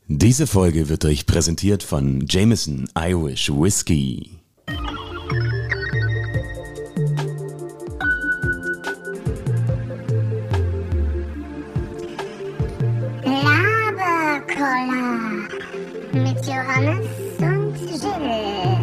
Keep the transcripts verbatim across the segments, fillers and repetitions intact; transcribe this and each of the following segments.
Diese Folge wird euch präsentiert von Jameson Irish Whiskey. Laberkoller mit Johannes und Jill.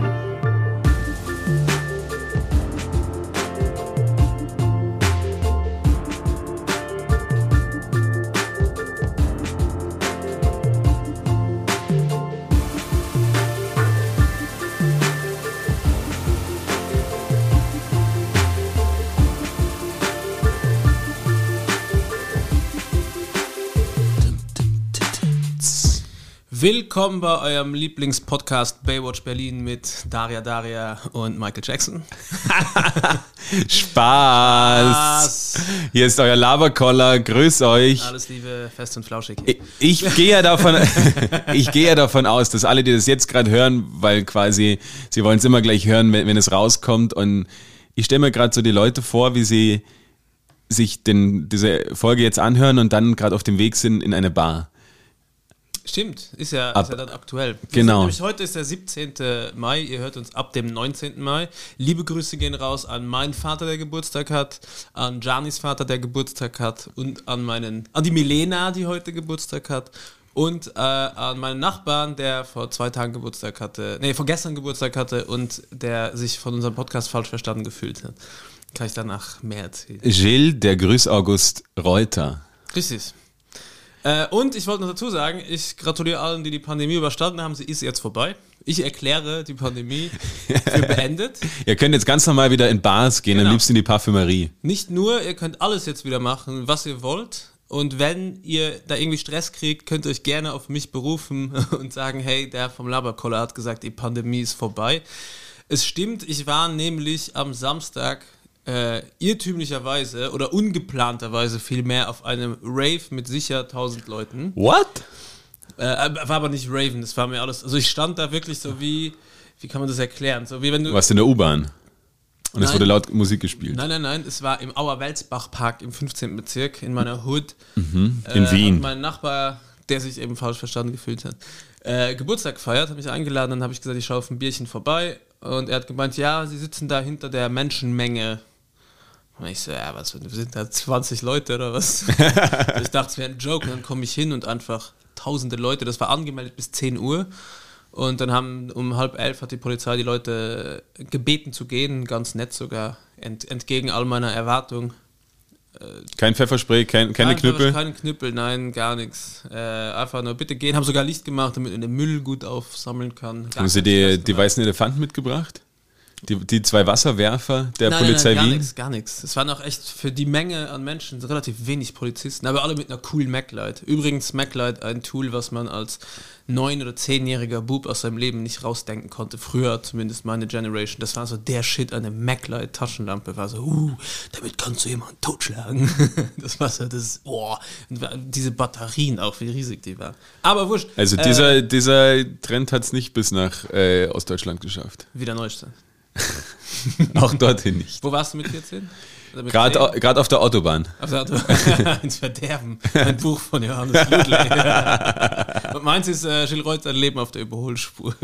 Willkommen bei eurem Lieblingspodcast Baywatch Berlin mit Daria Daria und Michael Jackson. Spaß! Hier ist euer Laberkoller, grüß euch. Alles Liebe, fest und flauschig. Ich, ich gehe ja davon, ich gehe ja davon aus, dass alle, die das jetzt gerade hören, weil quasi, sie wollen es immer gleich hören, wenn, wenn es rauskommt, und ich stelle mir gerade so die Leute vor, wie sie sich den, diese Folge jetzt anhören und dann gerade auf dem Weg sind in eine Bar. Stimmt, ist ja, ab, ist ja dann aktuell. Genau. Nämlich heute ist der siebzehnten Mai, ihr hört uns ab dem neunzehnten Mai. Liebe Grüße gehen raus an meinen Vater, der Geburtstag hat, an Janis Vater, der Geburtstag hat, und an meinen, an die Milena, die heute Geburtstag hat, und äh, an meinen Nachbarn, der vor zwei Tagen Geburtstag hatte, nee, vor gestern Geburtstag hatte und der sich von unserem Podcast falsch verstanden gefühlt hat. Kann ich danach mehr erzählen. Gilles, der Grüß August Reuter. Richtig. Äh, und ich wollte noch dazu sagen, ich gratuliere allen, die die Pandemie überstanden haben. Sie ist jetzt vorbei. Ich erkläre die Pandemie für beendet. Ihr könnt jetzt ganz normal wieder in Bars gehen, Genau. am liebsten in die Parfümerie. Nicht nur, ihr könnt alles jetzt wieder machen, was ihr wollt. Und wenn ihr da irgendwie Stress kriegt, könnt ihr euch gerne auf mich berufen und sagen, hey, der vom Laberkoller hat gesagt, die Pandemie ist vorbei. Es stimmt, ich war nämlich am Samstag Äh, irrtümlicherweise oder ungeplanterweise vielmehr auf einem Rave mit sicher tausend Leuten. What? Äh, war aber nicht Raven, das war mir alles, also ich stand da wirklich so wie, wie kann man das erklären? So wie wenn du, Du warst in der U-Bahn und Nein. es wurde laut Musik gespielt. Nein, nein, nein, es war im Auer-Welsbach-Park im fünfzehnten Bezirk in meiner Hood. Mhm, in äh, Wien. Hat mein Nachbar, der sich eben falsch verstanden gefühlt hat, äh, Geburtstag gefeiert, hat mich eingeladen, dann habe ich gesagt, ich schaue auf ein Bierchen vorbei, und er hat gemeint, ja, sie sitzen da hinter der Menschenmenge. Und ich so, ja, was, wir sind da zwanzig Leute oder was? Ich dachte, es wäre ein Joke, und dann komme ich hin und einfach tausende Leute, das war angemeldet bis zehn Uhr, und dann haben um halb elf hat die Polizei die Leute gebeten zu gehen, ganz nett sogar, ent, entgegen all meiner Erwartung. Kein Pfefferspray, kein, keine Kein Knüppel? Keine Knüppel, nein, gar nichts. Äh, einfach nur bitte gehen, haben sogar Licht gemacht, damit man den Müll gut aufsammeln kann. Gar Haben sie keinen die, Stress die gemacht. weißen Elefanten mitgebracht? Die, die zwei Wasserwerfer der nein, Polizei nein, nein, gar Wien? nichts, gar nichts. Es waren auch echt für die Menge an Menschen relativ wenig Polizisten, aber alle mit einer coolen Mac-Light. Übrigens, Mac-Light, ein Tool, was man als neun- oder zehnjähriger Bub aus seinem Leben nicht rausdenken konnte. Früher zumindest meine Generation. Das war so der Shit, eine Mac-Light-Taschenlampe. War so, uh, damit kannst du jemanden totschlagen. Das war so das, boah. Und diese Batterien auch, wie riesig die waren. Aber wurscht. Also dieser, äh, dieser Trend hat es nicht bis nach äh, Ostdeutschland geschafft. wieder Neustadt. Auch dorthin nicht. Wo warst du mit vierzehn? Oder mit Gerade zehn? gerade auf der Autobahn. Auf der Autobahn. Ins Verderben. Ein Buch von Johannes Ludley. Und meins ist äh, Gilles Reuter, ein Leben auf der Überholspur.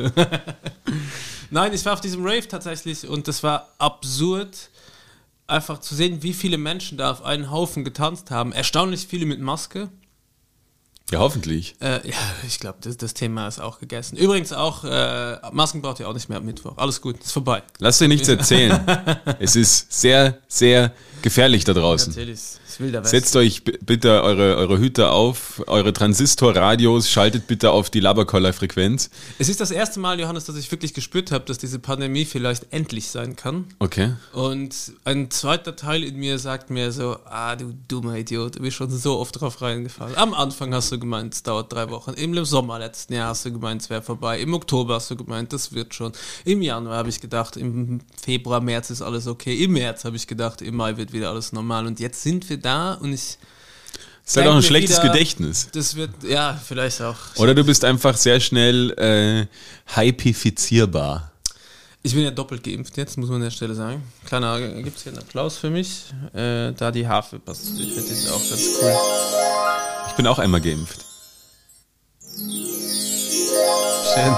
Nein, ich war auf diesem Rave tatsächlich, und das war absurd, einfach zu sehen, wie viele Menschen da auf einen Haufen getanzt haben. Erstaunlich viele mit Maske. Ja, hoffentlich. Äh, ja, ich glaube, das, das Thema ist auch gegessen. Übrigens auch, äh, Masken braucht ihr auch nicht mehr am Mittwoch. Alles gut, ist vorbei. Lass dir nichts erzählen. Es ist sehr, sehr gefährlich da draußen. Natürlich, es will der West. Setzt euch b- bitte eure, eure Hüte auf, eure Transistorradios, schaltet bitte auf die Laberkoller-Frequenz. Es ist das erste Mal, Johannes, dass ich wirklich gespürt habe, dass diese Pandemie vielleicht endlich sein kann. Okay. Und ein zweiter Teil in mir sagt mir so, ah, du dummer Idiot, du bist schon so oft drauf reingefallen. Am Anfang hast du gemeint, es dauert drei Wochen. Im Sommer letzten Jahr hast du gemeint, es wäre vorbei. Im Oktober hast du gemeint, das wird schon. Im Januar habe ich gedacht, im Februar, März ist alles okay. Im März habe ich gedacht, im Mai wird wieder alles normal. Und jetzt sind wir da, und ich... Das ist halt auch ein denke mir schlechtes wieder, Gedächtnis. Das wird, ja, vielleicht auch. Oder du bist einfach sehr schnell äh, hypifizierbar. Ich bin ja doppelt geimpft jetzt, muss man an der Stelle sagen. Kleiner, gibt es hier einen Applaus für mich? Äh, da die Harfe passt. Ich finde das auch ganz cool. Ich bin auch einmal geimpft. Schön.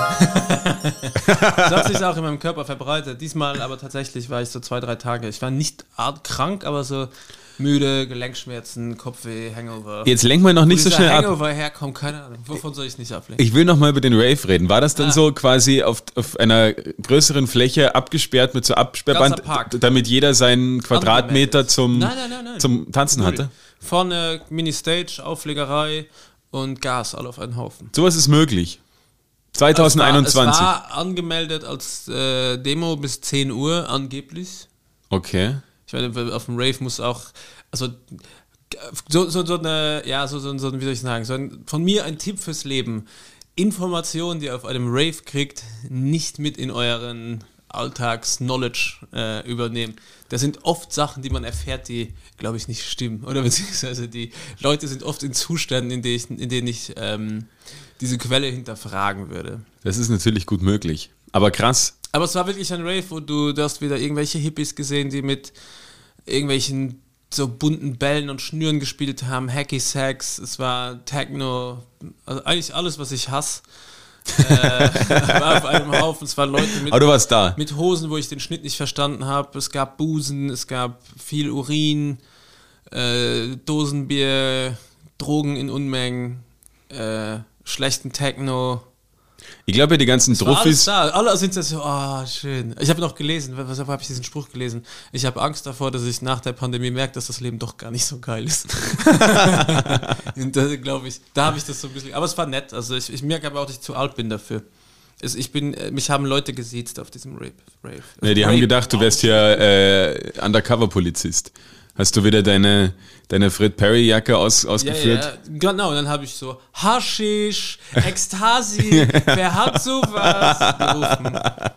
Das hat sich auch in meinem Körper verbreitet. Diesmal aber tatsächlich war ich so zwei, drei Tage. Ich war nicht arg krank, aber so müde, Gelenkschmerzen, Kopfweh, Hangover. Jetzt lenken wir noch nicht Wo so dieser schnell ab. Hangover herkommt, keine Ahnung. Wovon soll ich nicht ablenken? Ich will noch mal über den Rave reden. War das dann Ah. so quasi auf, auf einer größeren Fläche abgesperrt mit so Absperrband, Ganzer Park. d- damit jeder seinen Quadratmeter Angemeldet. zum, Nein, nein, nein, nein. zum Tanzen Null. hatte? Vorne Mini-Stage, Auflegerei und Gas, alle auf einen Haufen. Sowas ist möglich. zwanzig einundzwanzig. Es war, es war angemeldet als äh, Demo bis zehn Uhr angeblich. Okay. Ich meine, auf dem Rave muss auch, also so, so, so eine, ja, so, so, so, wie soll ich sagen, so ein, von mir ein Tipp fürs Leben. Informationen, die ihr auf einem Rave kriegt, nicht mit in euren Alltags-Knowledge äh, übernehmen. Das sind oft Sachen, die man erfährt, die, glaube ich, nicht stimmen. Oder beziehungsweise die Leute sind oft in Zuständen, in denen ich, in denen ich ähm, diese Quelle hinterfragen würde. Das ist natürlich gut möglich. Aber krass. Aber es war wirklich ein Rave, wo du, du hast wieder irgendwelche Hippies gesehen, die mit irgendwelchen so bunten Bällen und Schnüren gespielt haben, Hacky Sacks, es war Techno, also eigentlich alles, was ich hasse, äh, war auf einem Haufen. Es waren Leute mit, Aber du warst da. mit Hosen, wo ich den Schnitt nicht verstanden habe. Es gab Busen, es gab viel Urin, äh, Dosenbier, Drogen in Unmengen, äh, schlechten Techno. Ich glaube, die ganzen Es war alles Druffis. da. Alle sind so, oh, schön. Ich habe noch gelesen, was wo habe ich diesen Spruch gelesen? Ich habe Angst davor, dass ich nach der Pandemie merke, dass das Leben doch gar nicht so geil ist. Und da glaube ich, da habe ich das so ein bisschen. Aber es war nett. Also ich, ich merke aber auch, dass ich zu alt bin dafür. Es, ich bin, äh, mich haben Leute gesiezt auf diesem Rave. Rave. Ja, die Rave. haben gedacht, du wärst ja äh, Undercover-Polizist. Hast du wieder deine, deine Fred Perry-Jacke aus, Ja, ausgeführt? ja, genau. Und dann habe ich so Haschisch, Ekstasi, wer hat sowas gerufen?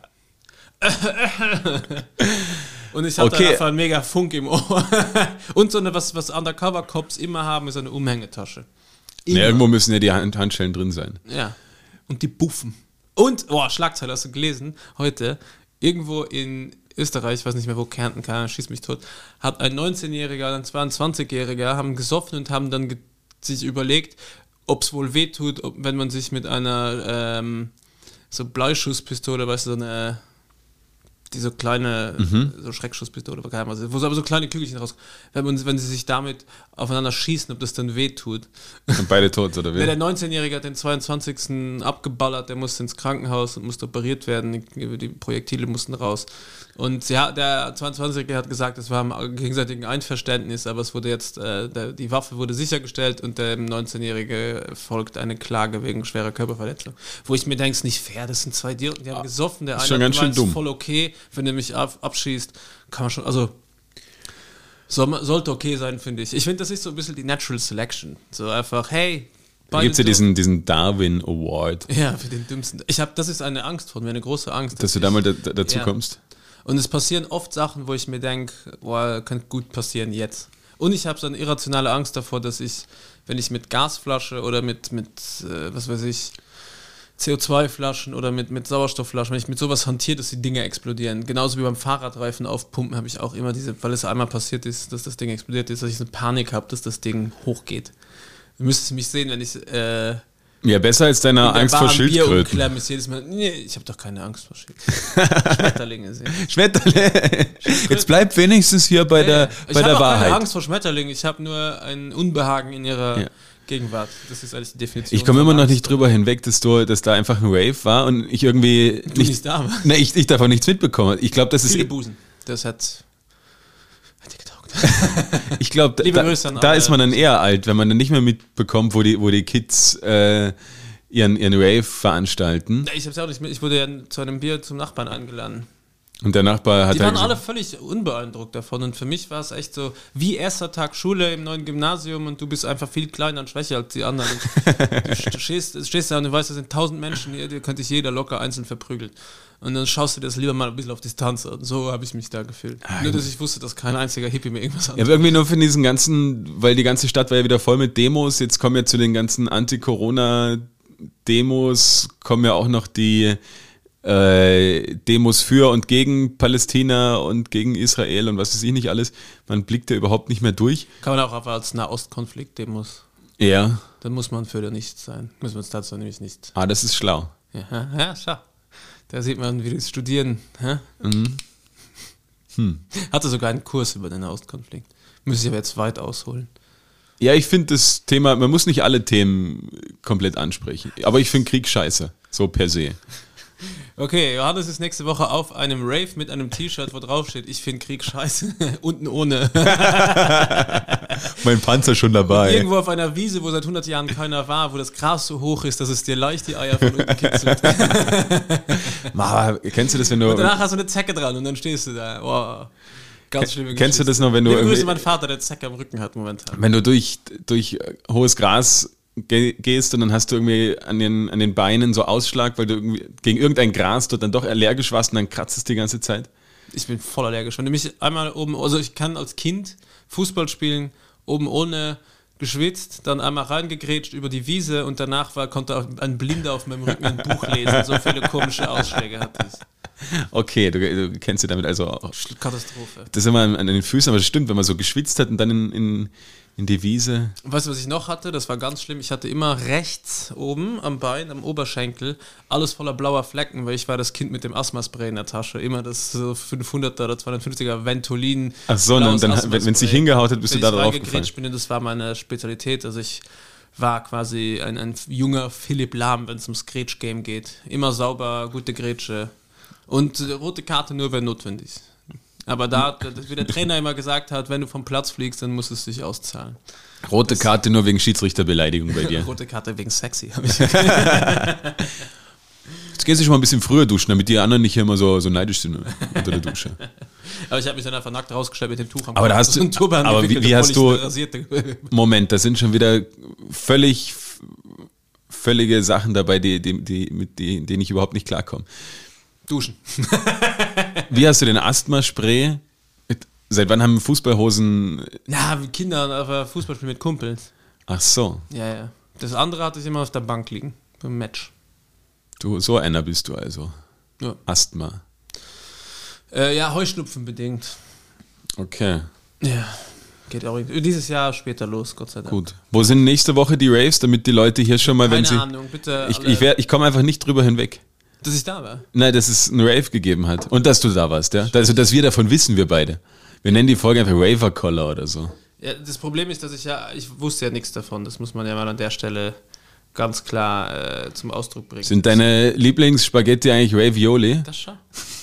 Und ich habe Okay. dann einfach einen mega Funk im Ohr. Und so eine, was, was Undercover-Cops immer haben, ist eine Umhängetasche. Immer. Ja, irgendwo müssen ja die Hand Handschellen drin sein. Ja. Und die buffen. Und, boah, Schlagzeile hast du gelesen, heute, irgendwo in Österreich, ich weiß nicht mehr wo, Kärnten, kann, schieß mich tot, hat ein neunzehnjähriger und ein zweiundzwanzigjähriger haben gesoffen und haben dann ge- sich überlegt, ob es wohl wehtut, ob, wenn man sich mit einer ähm, so Bleischusspistole, weißt du, so eine diese kleine so Schreckschusspistole, keine Ahnung, wo so aber so kleine Kügelchen raus, wenn man, wenn sie sich damit aufeinander schießen, ob das dann wehtut. Und beide tot, oder Ja, wie? der neunzehnjährige hat den zweiundzwanzigsten abgeballert, der musste ins Krankenhaus und musste operiert werden, die, die Projektile mussten raus. Und ja, der zweiundzwanzigjährige hat gesagt, es war im gegenseitigen Einverständnis, aber es wurde jetzt, äh, der, die Waffe wurde sichergestellt und dem neunzehnjährige folgt eine Klage wegen schwerer Körperverletzung. Wo ich mir denke, es ist nicht fair, das sind zwei Idioten, die haben gesoffen, der ist eine schon ganz schön meint, es ist dumm. voll okay, wenn er mich ab, abschießt, kann man schon, also soll, sollte okay sein, finde ich. Ich finde, das ist so ein bisschen die Natural Selection. So einfach, hey, Da gibt es ja beide diesen, diesen Darwin Award, dumm. Ja, für den dümmsten. Ich habe, das ist eine Angst von mir, eine große Angst. dass du ich, da mal da, da, dazu Ja. kommst. Und es passieren oft Sachen, wo ich mir denke, boah, könnte gut passieren jetzt. Und ich habe so eine irrationale Angst davor, dass ich, wenn ich mit Gasflasche oder mit, mit äh, was weiß ich, C O zwei Flaschen oder mit, mit Sauerstoffflaschen, wenn ich mit sowas hantiere, dass die Dinge explodieren. Genauso wie beim Fahrradreifen aufpumpen habe ich auch immer diese, weil es einmal passiert ist, dass das Ding explodiert ist, dass ich so eine Panik habe, dass das Ding hochgeht. Du müsstest mich sehen, wenn ich äh, Ja, besser als deiner in der Angst vor Bahn Bier Schildkröten. umklemme, ist jedes Mal, nee, ich habe doch keine Angst vor Schildkröten. Schmetterlinge sehen. Schmetterlinge. Jetzt bleib wenigstens hier bei der, ich bei habe der auch keine Wahrheit. Angst vor Schmetterlingen, ich habe nur ein Unbehagen in ihrer Ja. Gegenwart. Das ist eigentlich die Definition. Ich komme von immer noch Angst. nicht drüber hinweg, dass, du, dass da einfach ein Rave war und ich irgendwie Du nicht da warst. Ne, ich, ich davon nichts mitbekomme. Ich glaube, das ist. Viele Busen. Das hat, hat dir getaugt. Ich glaube, Liebe da, Grüße an da alle. ist man dann eher alt, wenn man dann nicht mehr mitbekommt, wo die, wo die Kids äh, ihren, ihren Rave veranstalten. Ich hab's ja auch nicht mit. Ich wurde ja zu einem Bier zum Nachbarn eingeladen. Und der Nachbar hat Die dann waren gesagt, alle völlig unbeeindruckt davon und für mich war es echt so, wie erster Tag Schule im neuen Gymnasium und du bist einfach viel kleiner und schwächer als die anderen. Und du, du stehst, stehst da und du weißt, da sind tausend Menschen hier, dir könnte sich jeder locker einzeln verprügeln. Und dann schaust du dir das lieber mal ein bisschen auf Distanz an. So habe ich mich da gefühlt. Nur, dass ich wusste, dass kein einziger Hippie mir irgendwas ja, anderes. aber irgendwie nur für diesen ganzen, weil die ganze Stadt war ja wieder voll mit Demos, jetzt kommen ja zu den ganzen Anti-Corona-Demos, kommen ja auch noch die äh, Demos für und gegen Palästina und gegen Israel und was weiß ich nicht alles. Man blickt ja überhaupt nicht mehr durch. Kann man auch einfach als Nahostkonflikt-Demos. Ja. Dann muss man für nicht sein. Müssen wir uns dazu nämlich nicht. Ah, das ist schlau. Ja, ja, schau. Da sieht man, wie das Studieren. Hä? Mhm. Hm. Hatte sogar einen Kurs über den Nahostkonflikt. Müsste ich aber jetzt weit ausholen. Ja, ich finde das Thema, man muss nicht alle Themen komplett ansprechen. Aber ich finde Krieg scheiße. So per se. Okay, Johannes ist nächste Woche auf einem Rave mit einem T-Shirt, wo drauf steht, ich finde Krieg scheiße. Unten ohne. Mein Panzer schon dabei. Irgendwo auf einer Wiese, wo seit hundert Jahren keiner war, wo das Gras so hoch ist, dass es dir leicht die Eier von unten kitzelt. Ma, kennst du das, wenn du... Und danach hast du eine Zecke dran und dann stehst du da. Wow. Ganz schlimme Kennst du Geschichte. das noch, wenn du... Liebe Grüße irgendwie- mein Vater, der Zecke am Rücken hat momentan. Wenn du durch, durch hohes Gras ge- gehst und dann hast du irgendwie an den, an den Beinen so Ausschlag, weil du irgendwie gegen irgendein Gras dort dann doch allergisch warst und dann kratzt es die ganze Zeit. Ich bin voll allergisch. Wenn du mich einmal oben, also ich kann als Kind Fußball spielen, oben ohne geschwitzt, dann einmal reingegrätscht über die Wiese und danach war, konnte auch ein Blinder auf meinem Rücken ein Buch lesen. So viele komische Ausschläge hatte ich. Okay, du, du kennst dich damit also auch. Katastrophe. Das ist immer an, an den Füßen, aber das stimmt, wenn man so geschwitzt hat und dann in, in, in die Wiese. Weißt du, was ich noch hatte? Das war ganz schlimm. Ich hatte immer rechts oben am Bein, am Oberschenkel, alles voller blauer Flecken, weil ich war das Kind mit dem Asthma-Spray in der Tasche. Immer das so fünfhunderter oder zweihundertfünfziger Ventolin. Ach so, und dann, blaues wenn es dich Asthma-Spray. hingehaut hat, bist du Wenn da ich drauf gefallen. reingegrätscht bin, das war meine Spezialität. Also ich war quasi ein, ein junger Philipp Lahm, wenn es ums Grätsch-Game geht. Immer sauber, gute Grätsche. Und äh, rote Karte nur, wenn notwendig. Aber da, wie der Trainer immer gesagt hat, wenn du vom Platz fliegst, dann muss es sich auszahlen. Rote Karte nur wegen Schiedsrichterbeleidigung bei dir. Rote Karte wegen sexy. Hab ich Jetzt gehst du schon mal ein bisschen früher duschen, damit die anderen nicht immer so, so neidisch sind unter der Dusche. Aber ich habe mich dann einfach nackt rausgestellt mit dem Tuch am Aber da Kopf. hast du- So ein Turban aber wie- gewickelt, wie obwohl hast ich du- eine rasierte- Moment, da sind schon wieder völlig völlige Sachen dabei, die, die, die, mit die, denen ich überhaupt nicht klarkomme. Duschen. Wie hast du den Asthma-Spray? Mit- Seit wann haben Fußballhosen... Na, wie Kinder auf der Fußballspiel mit Kumpels. Ach so, Ja, ja. Das andere hatte ich immer auf der Bank liegen. Beim Match. du, so einer bist du also. Ja, Asthma. äh, ja Heuschnupfen bedingt. Okay, Ja. Geht auch dieses Jahr später los, Gott sei Dank. gut. Wo sind nächste Woche die Raves, damit die Leute hier schon mal, wenn Keine sie... Ahnung, bitte. Ich, alle- ich, wär- ich komme einfach nicht drüber hinweg. dass ich da war. Nein, dass es einen Rave gegeben hat. Und dass du da warst, ja? Also, dass wir davon wissen, wir beide. Wir nennen die Folge einfach Raver Collar oder so. Ja, das Problem ist, dass ich ja, ich wusste ja nichts davon. Das muss man ja mal an der Stelle ganz klar äh, zum Ausdruck bringen. Sind deine Lieblingsspaghetti eigentlich Ravioli? das schon?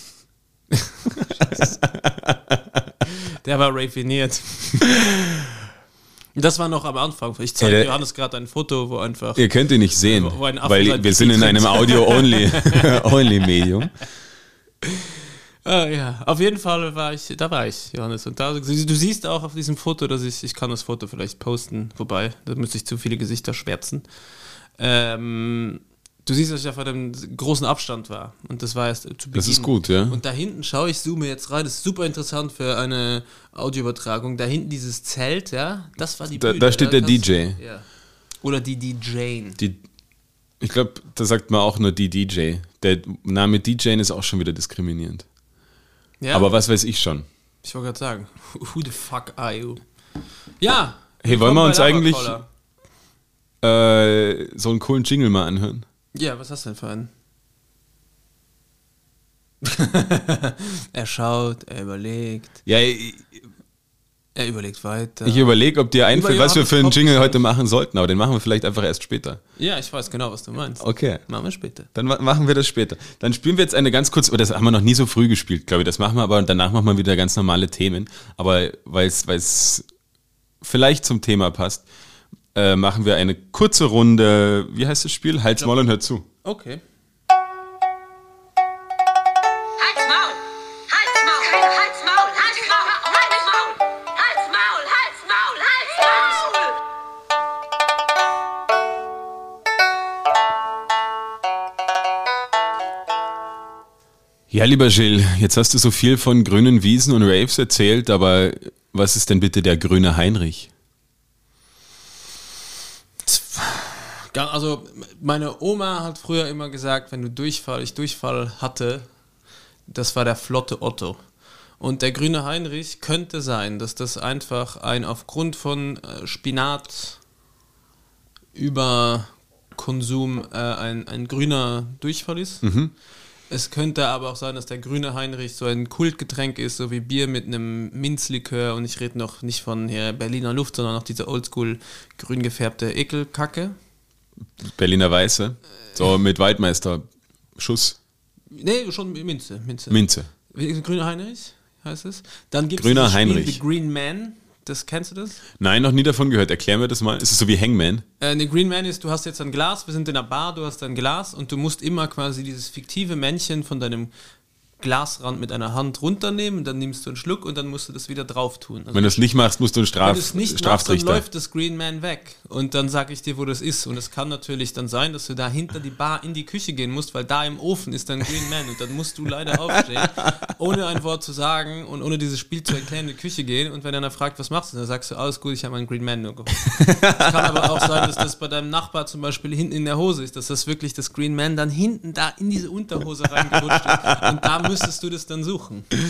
Der war raviniert. Das war noch am Anfang. Ich zeige Ey, der- Johannes gerade ein Foto, wo einfach. Ihr könnt ihn nicht sehen, Wo ein Affe weil sein wir sind in Pipi einem trinkt. Audio-Only-Medium. Ah, ja, auf jeden Fall war ich, da war ich, Johannes. Und da, du siehst auch auf diesem Foto, dass ich, ich kann das Foto vielleicht posten, wobei, da müsste ich zu viele Gesichter schwärzen. Ähm, du siehst, dass ich auf einem großen Abstand war. Und das war erst zu Beginn. Das ist gut, ja. Und da hinten, schau, ich zoome jetzt rein, das ist super interessant für eine Audioübertragung. Da hinten dieses Zelt, ja, das war die Da- Bühne. da steht der kannst- D J. Ja. Oder die D J. Die, ich glaube, da sagt man auch nur die D J. Der Name D J ist auch schon wieder diskriminierend. Ja, Aber was weiß ich schon. ich wollte gerade sagen, who the fuck are you? Ja. Hey, wollen wir willkommen uns bei eigentlich Labercaller. äh, so einen coolen Jingle mal anhören? Ja, was hast du denn für einen? Er schaut, er überlegt, Ja, ich, er überlegt weiter. ich überlege, ob dir einfällt, Über was wir für einen Johannes Jingle Kopf heute machen sollten, aber den machen wir vielleicht einfach erst später. ja, ich weiß genau, was du meinst. Okay. Machen wir später. Dann ma- machen wir das später. Dann spielen wir jetzt eine ganz kurz, oh, das haben wir noch nie so früh gespielt, glaube ich. Das machen wir aber und danach machen wir wieder ganz normale Themen. Aber weil es vielleicht zum Thema passt, äh, machen wir eine kurze Runde. Wie heißt das Spiel? Halt's Maul und hör zu. Okay. Halt's Maul! Halt's Maul! Halt's Maul! Halt's Maul! Halt's Maul! Halt's Maul! Halt's Maul! Halt's Maul! Ja, lieber Gilles, jetzt hast du so viel von grünen Wiesen und Raves erzählt, aber was ist denn bitte der grüne Heinrich? Ga- Also, meine Oma hat früher immer gesagt, wenn du Durchfall, ich Durchfall hatte, das war der flotte Otto. Und der grüne Heinrich könnte sein, dass das einfach ein aufgrund von äh, Spinat Überkonsum äh, ein, ein grüner Durchfall ist. Mhm. Es könnte aber auch sein, dass der grüne Heinrich so ein Kultgetränk ist, so wie Bier mit einem Minzlikör. Und ich rede noch nicht von hier Berliner Luft, sondern noch diese oldschool grün gefärbte Ekelkacke. Berliner Weiße. So mit Waldmeister. Schuss. Nee, schon Minze. Minze. Minze. Grüner Heinrich heißt es. Dann gibt es Grüner das Spiel Heinrich. The Green Man. Das, kennst du das? Nein, noch nie davon gehört. Erklär mir das mal. Ist es so wie Hangman? Äh, ne, Green Man ist, du hast jetzt ein Glas, wir sind in einer Bar, du hast ein Glas und du musst immer quasi dieses fiktive Männchen von deinem Glasrand mit einer Hand runternehmen, dann nimmst du einen Schluck und dann musst du das wieder drauf tun. Also Wenn du es nicht machst, musst du einen Straf wenn du es nicht machst, dann Straftrichter. läuft das Green Man weg. Und dann sage ich dir, wo das ist. Und es kann natürlich dann sein, dass du da hinter die Bar in die Küche gehen musst, weil da im Ofen ist dann Green Man. Und dann musst du leider aufstehen, ohne ein Wort zu sagen und ohne dieses Spiel zu erklären, in die Küche gehen. Und wenn einer fragt, was machst du, dann sagst du, alles gut, ich habe einen Green Man nur geholt. Es kann aber auch sein, dass das bei deinem Nachbar zum Beispiel hinten in der Hose ist, dass das wirklich das Green Man dann hinten da in diese Unterhose reingerutscht ist. Und da müsstest du das dann suchen.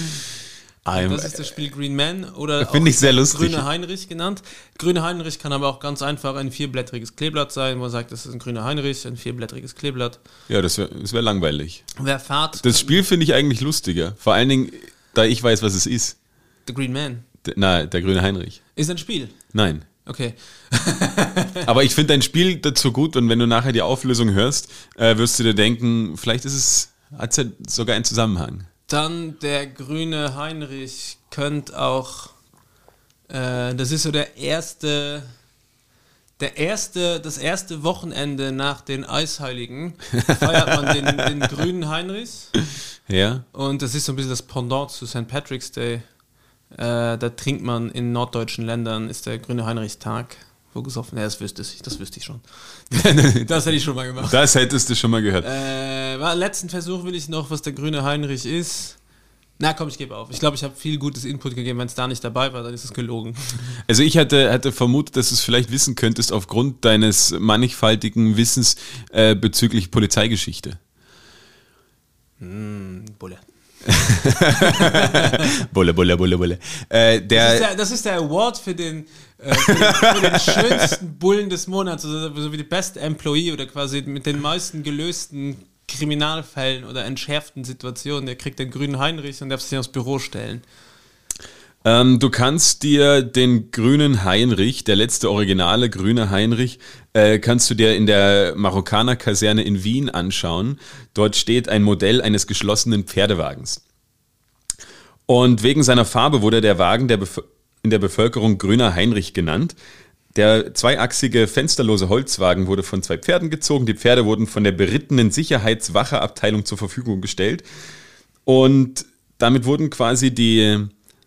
I'm, Das ist das Spiel Green Man oder auch Finde ich sehr lustig. Grüner Heinrich genannt. Grüner Heinrich kann aber auch ganz einfach ein vierblättriges Kleeblatt sein, wo man sagt, das ist ein grüner Heinrich, ein vierblättriges Kleeblatt. Ja, das wäre das wär langweilig. Wer fährt? Das Spiel finde ich eigentlich lustiger. Vor allen Dingen, da ich weiß, was es ist. The Green Man. D- Na, der grüne Heinrich. Ist ein Spiel. Nein. Okay. Aber ich finde dein Spiel dazu gut und wenn du nachher die Auflösung hörst, äh, wirst du dir denken, vielleicht ist es, hat es ja sogar einen Zusammenhang. Dann der grüne Heinrich könnte auch, äh, das ist so der erste, der erste, das erste Wochenende nach den Eisheiligen feiert man den, den grünen Heinrich. Ja. Und das ist so ein bisschen das Pendant zu Sankt Patrick's Day. Äh, da trinkt man in norddeutschen Ländern, ist der grüne Heinrichstag, wo gesoffen. Ja, das wüsste ich, das wüsste ich schon. Das hätte ich schon mal gemacht. Das hättest du schon mal gehört. Äh, war, letzten Versuch will ich noch, was der grüne Heinrich ist. Na komm, ich gebe auf. Ich glaube, ich habe viel gutes Input gegeben. Wenn es da nicht dabei war, dann ist es gelogen. Also ich hatte, hatte vermutet, dass du es vielleicht wissen könntest aufgrund deines mannigfaltigen Wissens äh, bezüglich Polizeigeschichte. Mm, Bulle. Bulle, Bulle, Bulle, Bulle. Äh, der, Das ist, der, das ist der Award für den, äh, für, den, für den schönsten Bullen des Monats, also so wie die Best Employee oder quasi mit den meisten gelösten Kriminalfällen oder entschärften Situationen. Der kriegt den grünen Heinrich und darf sich aufs Büro stellen. Ähm, du kannst dir den grünen Heinrich, der letzte originale grüne Heinrich, äh, kannst du dir in der Marokkaner-Kaserne in Wien anschauen. Dort steht ein Modell eines geschlossenen Pferdewagens. Und wegen seiner Farbe wurde der Wagen der Bef- in der Bevölkerung grüner Heinrich genannt. Der zweiachsige fensterlose Holzwagen wurde von zwei Pferden gezogen. Die Pferde wurden von der berittenen Sicherheitswacheabteilung zur Verfügung gestellt. Und damit wurden quasi die...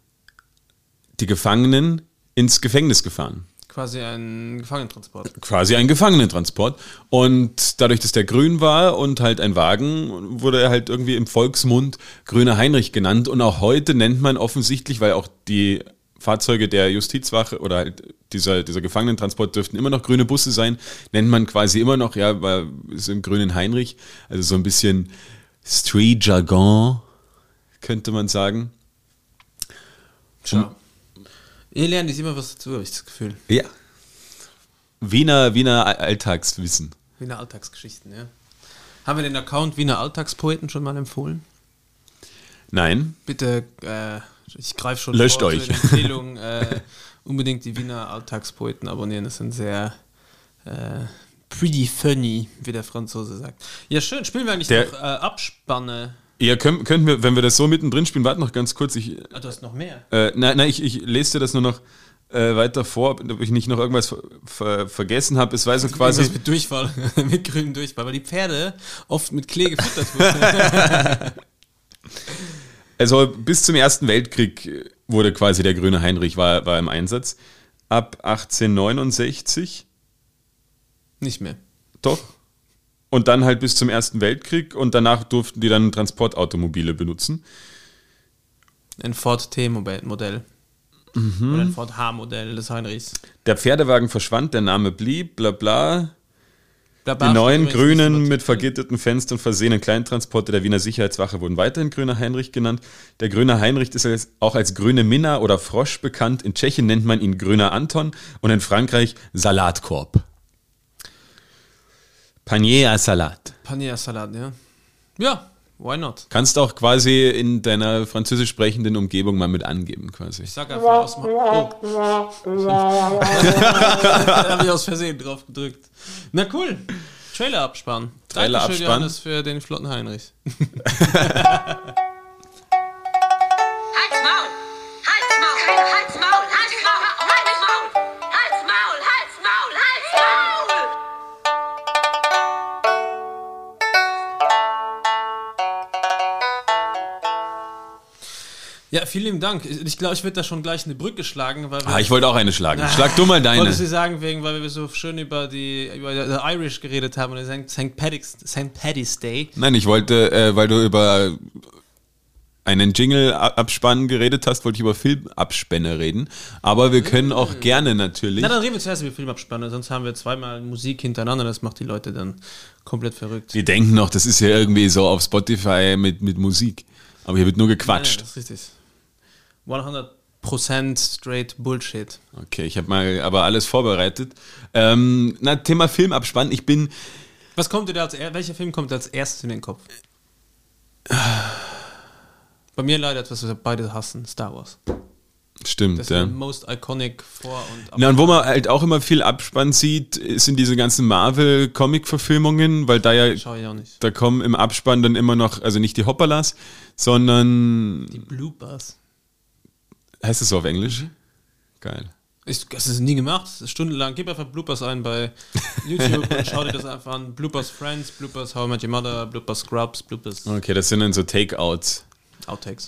die Gefangenen ins Gefängnis gefahren. Quasi ein Gefangenentransport. Quasi ein Gefangenentransport. Und dadurch, dass der grün war und halt ein Wagen, wurde er halt irgendwie im Volksmund grüner Heinrich genannt. Und auch heute nennt man offensichtlich, weil auch die Fahrzeuge der Justizwache oder halt dieser, dieser Gefangenentransport dürften immer noch grüne Busse sein, nennt man quasi immer noch, ja, weil es im grünen Heinrich, also so ein bisschen Street-Jargon, könnte man sagen. Ciao. Ihr lernt nicht immer was dazu, habe ich das Gefühl. Ja. Wiener, Wiener Alltagswissen. Wiener Alltagsgeschichten, ja. Haben wir den Account Wiener Alltagspoeten schon mal empfohlen? Nein. Bitte, äh, ich greife schon Löscht vor, euch. zu den Empfehlungen, äh, unbedingt die Wiener Alltagspoeten abonnieren. Das sind sehr äh, pretty funny, wie der Franzose sagt. Ja, schön. Spielen wir eigentlich Der- noch äh, Abspanne? Ja, können, könnten wir, wenn wir das so mittendrin spielen, warte noch ganz kurz. Ich, Ah, du hast noch mehr. äh, nein, nein, ich, ich lese dir das nur noch äh, weiter vor, ob ich nicht noch irgendwas ver, ver, vergessen habe. Es war so quasi. Irgendwas mit Durchfall, mit grünem Durchfall, weil die Pferde oft mit Klee gefüttert wurden. Also bis zum Ersten Weltkrieg wurde quasi der grüne Heinrich war, war im Einsatz. Ab achtzehnhundertneunundsechzig, Nicht mehr. doch. Und dann halt bis zum Ersten Weltkrieg und danach durften die dann Transportautomobile benutzen. Ein Ford T-Modell. Mhm. Oder ein Ford H-Modell des Heinrichs. Der Pferdewagen verschwand, der Name blieb, bla bla. Bla, Die bla, neuen steht übrigens grünen nicht mit im vergitterten Fenstern versehenen Kleintransporter der Wiener Sicherheitswache wurden weiterhin grüner Heinrich genannt. Der grüne Heinrich ist als, auch als grüne Minna oder Frosch bekannt. In Tschechien nennt man ihn grüner Anton und in Frankreich Salatkorb. Panier à Salat. Panier Salat, ja. Ja, why not? Kannst auch quasi in deiner französisch sprechenden Umgebung mal mit angeben, quasi. Ich sag einfach aus dem... Oh. Da habe ich aus Versehen drauf gedrückt. Na cool. Trailer absparen. Trailer Dankeschön, absparen. Johannes, für den flotten Heinrich. Halt's Maul! Halt's Maul! Keine Halt's Maul! Halt's Maul! Halt's Maul! Halt's Maul! Halt's Maul! Halt's Maul! Ja, vielen lieben Dank. Ich ich glaube, ich werde da schon gleich eine Brücke schlagen, weil wir... Ah, ich wollte auch eine schlagen. Schlag du mal deine. Wollte Sie sagen, wegen, weil wir so schön über die über die Irish geredet haben und Sankt Paddy's, Sankt Paddy's Day. Nein, ich wollte, äh, weil du über einen Jingle-Abspann geredet hast, wollte ich über Filmabspänne reden. Aber wir können auch gerne natürlich... Na, dann reden wir zuerst über Filmabspanne, sonst haben wir zweimal Musik hintereinander, das macht die Leute dann komplett verrückt. Die denken noch, das ist ja irgendwie so auf Spotify mit, mit Musik. Aber hier wird nur Nein, gequatscht. nein, das ist richtig. hundert Prozent straight Bullshit. Okay, ich habe mal aber alles vorbereitet. Ähm, na, Thema Filmabspann. Ich bin... Was kommt dir da als er- welcher Film kommt dir als erstes in den Kopf? Bei mir leider etwas, was wir beide hassen, Star Wars. Stimmt, Das ist ja. der most iconic vor- und ab- Na, und wo man halt auch immer viel Abspann sieht, sind diese ganzen Marvel-Comic-Verfilmungen, weil da ja, Schau ich auch nicht. da kommen im Abspann dann immer noch, also nicht die Hoppalas, sondern, Die Bloopers. heißt es so auf Englisch? Geil. Ich, das ist nie gemacht. Das ist stundenlang. Gib einfach Bloopers ein bei YouTube und schau dir das einfach an. Bloopers Friends, Bloopers How I Met Your Mother, Bloopers Scrubs, Bloopers Okay, das sind dann so Takeouts. Outtakes.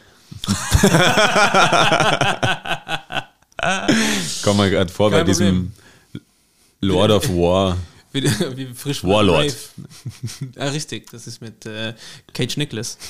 Komm mal gerade vor Kein bei diesem Lord of War. Wie, wie frisch von Warlord. Brave. Ja, richtig. Das ist mit äh, Cage Nicholas.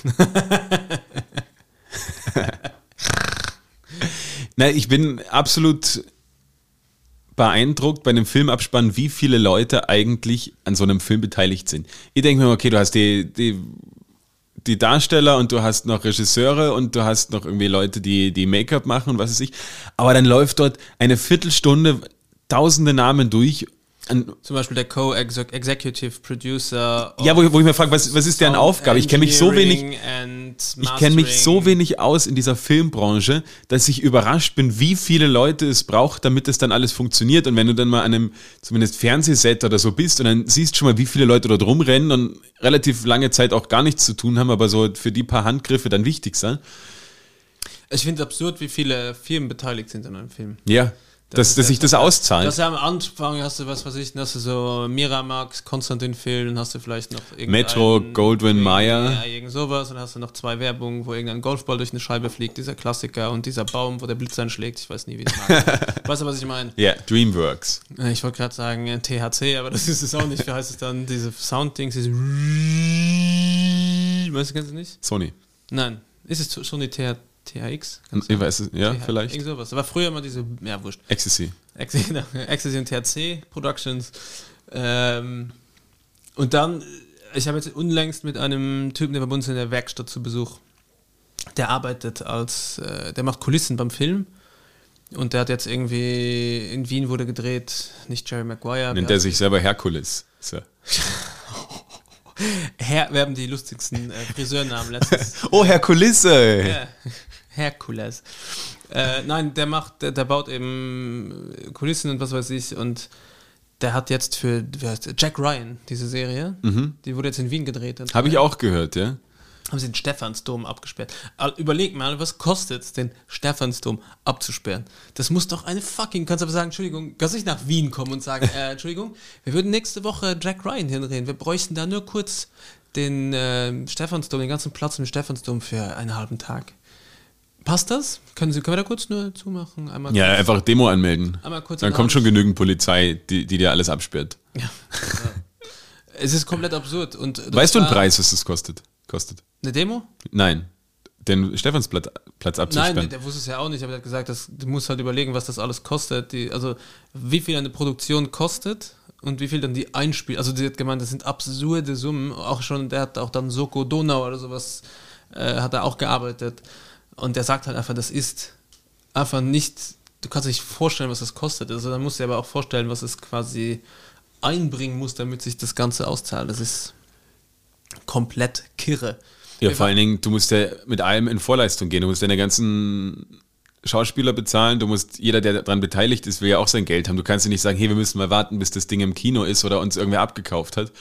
Na, ich bin absolut beeindruckt bei dem Filmabspann, wie viele Leute eigentlich an so einem Film beteiligt sind. Ich denke mir, okay, du hast die, die, die Darsteller und du hast noch Regisseure und du hast noch irgendwie Leute, die, die Make-up machen und was weiß ich. Aber dann läuft dort eine Viertelstunde tausende Namen durch. An, Zum Beispiel der Co-Executive Producer. ja, wo, wo ich mir frage, was, was ist deren Aufgabe? Ich kenne mich so wenig... Ich kenne mich so wenig aus in dieser Filmbranche, dass ich überrascht bin, wie viele Leute es braucht, damit das dann alles funktioniert. Und wenn du dann mal an einem zumindest Fernsehset oder so bist und dann siehst schon mal, wie viele Leute dort rumrennen und relativ lange Zeit auch gar nichts zu tun haben, aber so für die paar Handgriffe dann wichtig sein. Ich finde es absurd, wie viele Firmen beteiligt sind an einem Film. Ja, dass, ist dass ja sich das krass. auszahlt. Das ja am Anfang hast du, was weiß ich, hast du so Miramax, Konstantin-Film, dann hast du vielleicht noch irgendein- Metro, Goldwyn Mayer. Ja, irgend sowas, und dann hast du noch zwei Werbungen, wo irgendein Golfball durch eine Scheibe fliegt, dieser Klassiker, und dieser Baum, wo der Blitz einschlägt, ich weiß nie, wie es mag. Weißt du, was ich meine? Ja, Dreamworks. Ich wollte gerade sagen äh, T H C, aber das ist es auch nicht. Wie heißt es dann? Diese Sounddings, diese weißt du, kennst du nicht? Sony. Nein. Ist es schon die T H X? Ich weiß es, ja, T H vielleicht. Irgend sowas. Da war früher immer diese, ja, wurscht. Ecstasy. Ex- genau, Ecstasy und T H C Productions. Ähm, und dann, ich habe jetzt unlängst mit einem Typen, der bei uns in der Werkstatt zu Besuch, der arbeitet als, äh, der macht Kulissen beim Film. Und der hat jetzt irgendwie, in Wien wurde gedreht, nicht Jerry Maguire. Nennt wer- er sich selber Herkules. So. Her, wir haben die lustigsten äh, Friseurnamen letztens. Oh, Herkulisse! Ja, Herkules. Äh, nein, der macht, der, der baut eben Kulissen und was weiß ich, und der hat jetzt für, wie heißt der? Jack Ryan, diese Serie, die wurde jetzt in Wien gedreht. Und Habe ich auch gehört, ja. haben sie den Stephansdom abgesperrt. Aber überleg mal, was kostet es, den Stephansdom abzusperren? Das muss doch eine fucking, kannst aber sagen, Entschuldigung, kannst nicht nach Wien kommen und sagen, äh, Entschuldigung, wir würden nächste Woche Jack Ryan hinreden, wir bräuchten da nur kurz den äh, Stephansdom, den ganzen Platz im Stephansdom für einen halben Tag. Passt das? Können, Sie, können wir da kurz nur zumachen? Einmal Ja, kurz, einfach Demo anmelden. einmal kurz Dann eine kommt Hand- schon genügend Polizei, die, die dir alles absperrt. Ja. Es ist komplett absurd. Und das Weißt du einen war Preis, was das kostet? kostet? Eine Demo? Nein. Den Stephansplatz Platz Nein, abzusperren. der wusste es ja auch nicht, aber er hat gesagt, dass, du musst halt überlegen, was das alles kostet. Die, also wie viel eine Produktion kostet und wie viel dann die Einspiel. Also die hat gemeint, das sind absurde Summen. Auch schon, der hat auch dann Soko Donau oder sowas, äh, hat er auch gearbeitet. Und der sagt halt einfach, das ist einfach nicht, du kannst dir nicht vorstellen, was das kostet. Also dann musst du dir aber auch vorstellen, was es quasi einbringen muss, damit sich das Ganze auszahlt. Das ist komplett kirre. Ja, vor allen Dingen, du musst ja mit allem in Vorleistung gehen. Du musst deine ganzen Schauspieler bezahlen. Du musst, jeder, der daran beteiligt ist, will ja auch sein Geld haben. Du kannst ja nicht sagen, hey, wir müssen mal warten, bis das Ding im Kino ist oder uns irgendwer abgekauft hat.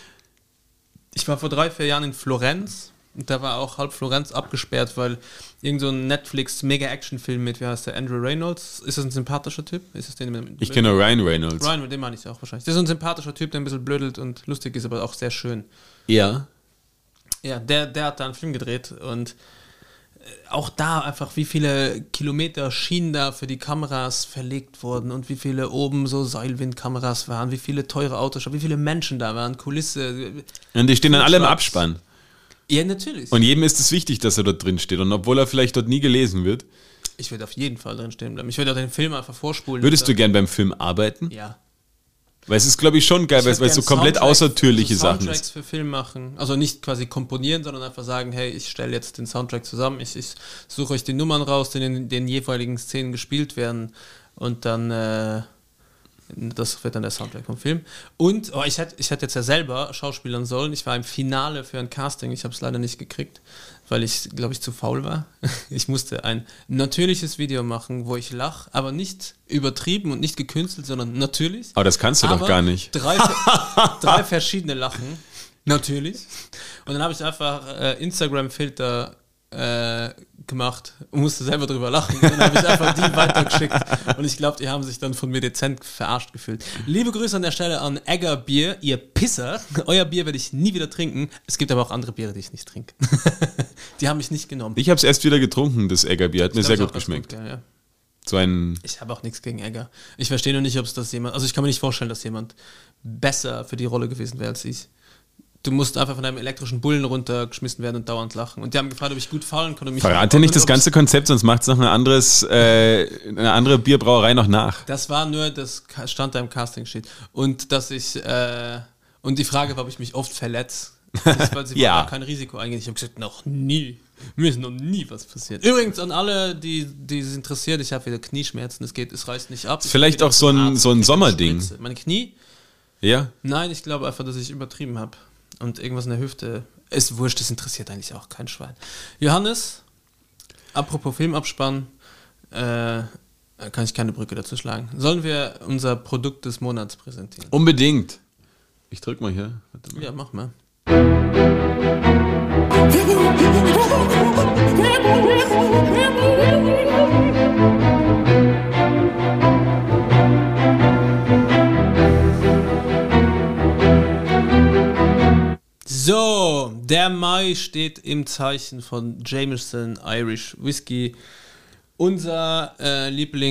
Ich war vor drei, vier Jahren in Florenz und da war auch halb Florenz abgesperrt, weil irgend so ein Netflix-Mega-Action-Film mit, wie heißt der, Andrew Reynolds. Ist das ein sympathischer Typ? Ist das den mit, ich kenne Ryan Reynolds. Ryan, mit dem meine ich es auch wahrscheinlich. Das ist so ein sympathischer Typ, der ein bisschen blödelt und lustig ist, aber auch sehr schön. Ja. Ja, der, der hat da einen Film gedreht und auch da einfach, wie viele Kilometer Schienen da für die Kameras verlegt wurden und wie viele oben so Seilwindkameras waren, wie viele teure Autos, wie viele Menschen da waren, Kulisse. Und die stehen dann alle im Abspann. Ja, natürlich. Und jedem ist es wichtig, dass er dort drin steht. Und obwohl er vielleicht dort nie gelesen wird. Ich würde auf jeden Fall drin stehen bleiben. Ich würde auch den Film einfach vorspulen. Würdest du gern beim Film arbeiten? Ja. Weil es ist, glaube ich, schon geil, weil es so komplett außertürliche so Sachen Soundtracks ist. für Film machen. Also nicht quasi komponieren, sondern einfach sagen, hey, ich stelle jetzt den Soundtrack zusammen, ich, ich suche euch die Nummern raus, die in den jeweiligen Szenen gespielt werden und dann, äh, das wird dann der Soundtrack vom Film. Und, oh, ich hätte ich hätte jetzt ja selber schauspielern sollen. Ich war im Finale für ein Casting, ich habe es leider nicht gekriegt, weil ich, glaube ich, zu faul war. Ich musste ein natürliches Video machen, wo ich lache, aber nicht übertrieben und nicht gekünstelt, sondern natürlich. Aber das kannst du aber doch gar nicht. Drei, drei verschiedene Lachen, natürlich. Und dann habe ich einfach äh, Instagram-Filter äh, gemacht und musste selber drüber lachen. Und dann habe ich einfach die weitergeschickt. Und ich glaube, die haben sich dann von mir dezent verarscht gefühlt. Liebe Grüße an der Stelle an Egger Bier, ihr Pisser. Euer Bier werde ich nie wieder trinken. Es gibt aber auch andere Biere, die ich nicht trinke. Die haben mich nicht genommen. Ich habe es erst wieder getrunken, das Eggerbier. Hat mir sehr gut geschmeckt. Gut, ja, ja. So ein Ich habe auch nichts gegen Egger. Ich verstehe nur nicht, ob es das jemand... Also ich kann mir nicht vorstellen, dass jemand besser für die Rolle gewesen wäre als ich. Du musst einfach von einem elektrischen Bullen runtergeschmissen werden und dauernd lachen. Und die haben gefragt, ob ich gut fallen konnte. Mich Verrate nicht das ganze Konzept, sonst macht es noch ein anderes, äh, eine andere Bierbrauerei noch nach. Das war nur, das stand da im Casting-Sheet. Und dass ich, äh, und die Frage war, ob ich mich oft verletze. Weil sie Ja. ja. kein Risiko eingehen. Ich habe gesagt, noch nie. Mir ist noch nie was passiert. Übrigens an alle, die, die es interessiert, ich habe wieder Knieschmerzen. Es geht, es reißt nicht ab. Ich Vielleicht bin auch so ein, Arzt, so ein ich Sommerding. spritze. Meine Knie? Ja? Nein, ich glaube einfach, dass ich übertrieben habe. Und irgendwas in der Hüfte. Ist wurscht, das interessiert eigentlich auch kein Schwein. Johannes, apropos Filmabspann, äh, kann ich keine Brücke dazu schlagen. Sollen wir unser Produkt des Monats präsentieren? Unbedingt. Ich drück mal hier. Warte mal. Ja, mach mal. So, der Mai steht im Zeichen von Jameson Irish Whiskey. Unser äh,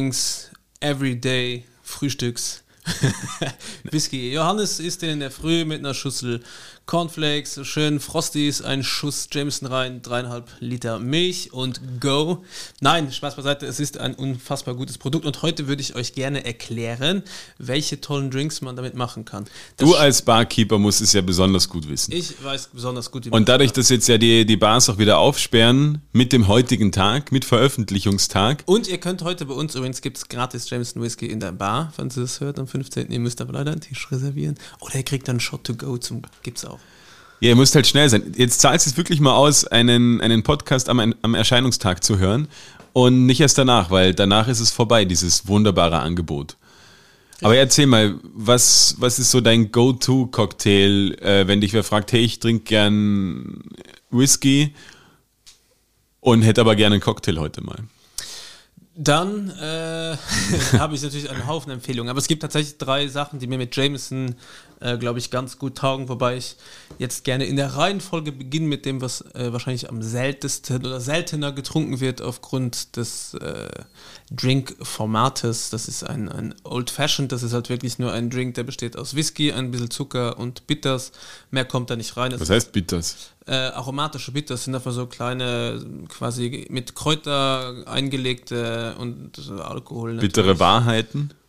Lieblings-Everyday-Frühstücks Whisky. Johannes isst den in der Früh mit einer Schüssel Cornflakes, schön Frosties, ein Schuss Jameson rein, dreieinhalb Liter Milch und go. Nein, Spaß beiseite, es ist ein unfassbar gutes Produkt und heute würde ich euch gerne erklären, welche tollen Drinks man damit machen kann. Das Du als Barkeeper musst es ja besonders gut wissen. ich weiß besonders gut, wie man Und dadurch, das dass jetzt ja die, die Bars auch wieder aufsperren, mit dem heutigen Tag, mit Veröffentlichungstag, Und ihr könnt heute bei uns, übrigens gibt es gratis Jameson Whisky in der Bar, falls ihr das hört, am fünfzehnten Ihr müsst aber leider einen Tisch reservieren. Oder ihr kriegt dann Shot to go, zum, gibt's auch. ja, ihr müsst halt schnell sein. Jetzt zahlt es wirklich mal aus, einen, einen Podcast am, am Erscheinungstag zu hören und nicht erst danach, weil danach ist es vorbei, dieses wunderbare Angebot. Aber erzähl mal, was, was ist so dein Go-To-Cocktail, äh, wenn dich wer fragt, hey, ich trinke gern Whisky und hätte aber gerne einen Cocktail heute mal. Dann äh, habe ich natürlich einen Haufen Empfehlungen, aber es gibt tatsächlich drei Sachen, die mir mit Jameson, äh, glaube ich, ganz gut taugen, wobei ich jetzt gerne in der Reihenfolge beginne mit dem, was äh, wahrscheinlich am seltensten oder seltener getrunken wird aufgrund des äh, Drink-Formates. Das ist ein, ein Old Fashioned, das ist halt wirklich nur ein Drink, der besteht aus Whisky, ein bisschen Zucker und Bitters. Mehr kommt da nicht rein. Das Was heißt Bitters? Äh, aromatische Bitters sind einfach so kleine, quasi mit Kräuter eingelegte und so Alkohol. Bittere natürlich. Wahrheiten?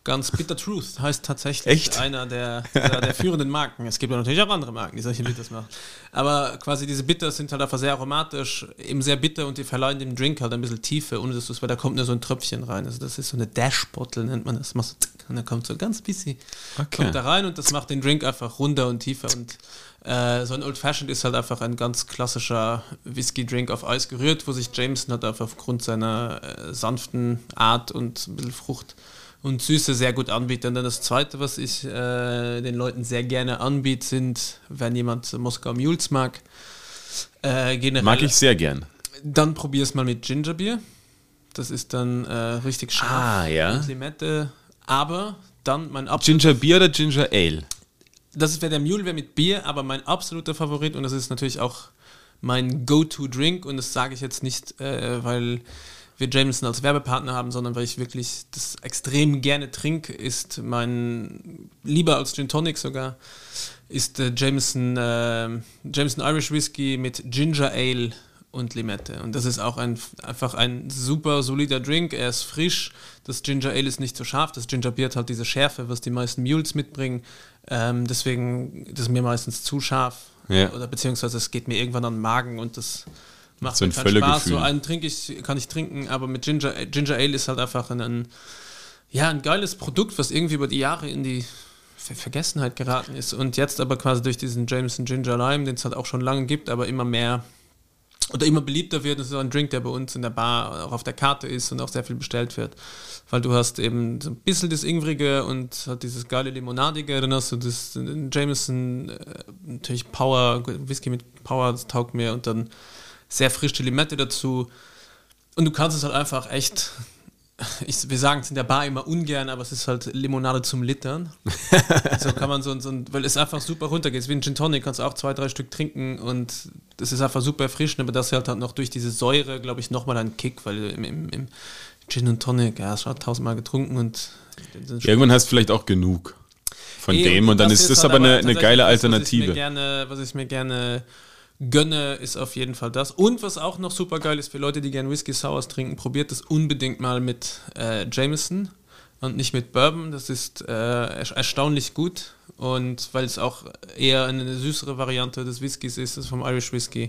Ganz Bitter Truth heißt tatsächlich Echt? einer der, der, der führenden Marken. Es gibt ja natürlich auch andere Marken, die solche Bitters machen. Aber quasi diese Bitters sind halt einfach sehr aromatisch, eben sehr bitter und die verleihen dem Drink halt ein bisschen Tiefe, ohne dass du es, weil da kommt nur so ein Tröpfchen rein. Also das ist so eine Dash-Bottle, nennt man das. Machst du, und da kommt so ganz bisschen Okay. kommt da rein und das macht den Drink einfach runder und tiefer. Und äh, so ein Old Fashioned ist halt einfach ein ganz klassischer Whisky-Drink auf Eis gerührt, wo sich Jameson hat einfach aufgrund seiner äh, sanften Art und ein bisschen Frucht und Süße sehr gut anbietet. Und dann das Zweite, was ich äh, den Leuten sehr gerne anbiete, sind, wenn jemand Moskau Mules mag, äh, generell, Mag ich sehr gern. dann probier es mal mit Gingerbier. Das ist dann äh, richtig scharf Ah, ja. und Limette. Aber dann mein absoluter, Ginger Beer oder Ginger Ale? das wäre der Mule wäre mit Bier, aber mein absoluter Favorit und das ist natürlich auch mein Go-To-Drink und das sage ich jetzt nicht, äh, weil wir Jameson als Werbepartner haben, sondern weil ich wirklich das extrem gerne trinke, ist mein, lieber als Gin Tonic sogar, ist äh, Jameson, äh, Jameson Irish Whisky mit Ginger Ale und Limette. Und das ist auch ein, einfach ein super solider Drink. Er ist frisch, das Ginger Ale ist nicht so scharf, das Ginger Beer hat halt diese Schärfe, was die meisten Mules mitbringen. Ähm, deswegen das ist mir meistens zu scharf. Ja. Oder beziehungsweise es geht mir irgendwann an den Magen und das macht So ein mir keinen Spaß. Völlegefühl. So einen trinke ich, kann ich trinken, aber mit Ginger, Ginger Ale ist halt einfach ein, ein, ja, ein geiles Produkt, was irgendwie über die Jahre in die Ver- Vergessenheit geraten ist und jetzt aber quasi durch diesen Jameson Ginger Lime, den es halt auch schon lange gibt, aber immer mehr oder immer beliebter wird. Das ist auch ein Drink, der bei uns in der Bar auch auf der Karte ist und auch sehr viel bestellt wird, weil du hast eben so ein bisschen das Ingwerige und halt dieses geile Limonadige, dann hast du das den Jameson, äh, natürlich Power, Whisky mit Power, das taugt mir und dann sehr frische Limette dazu und du kannst es halt einfach echt, ich, wir sagen es in der Bar immer ungern, aber es ist halt Limonade zum Littern. So kann man so, so ein, weil es einfach super runtergeht. Wie ein Gin Tonic kannst du auch zwei, drei Stück trinken und das ist einfach super erfrischend, aber das hat halt noch durch diese Säure, glaube ich, nochmal einen Kick, weil im, im, im Gin und Tonic, ja, schon tausendmal getrunken und Irgendwann hast du vielleicht auch genug von Eh, dem und dann das ist das halt aber eine, eine tatsächlich geile das, Was ich, Alternative. mir gerne, was ich mir gerne gönne, ist auf jeden Fall das. Und was auch noch super geil ist für Leute, die gerne Whisky Sours trinken, probiert das unbedingt mal mit äh, Jameson und nicht mit Bourbon. Das ist äh, er- erstaunlich gut und weil es auch eher eine süßere Variante des Whiskys ist, das vom Irish Whisky.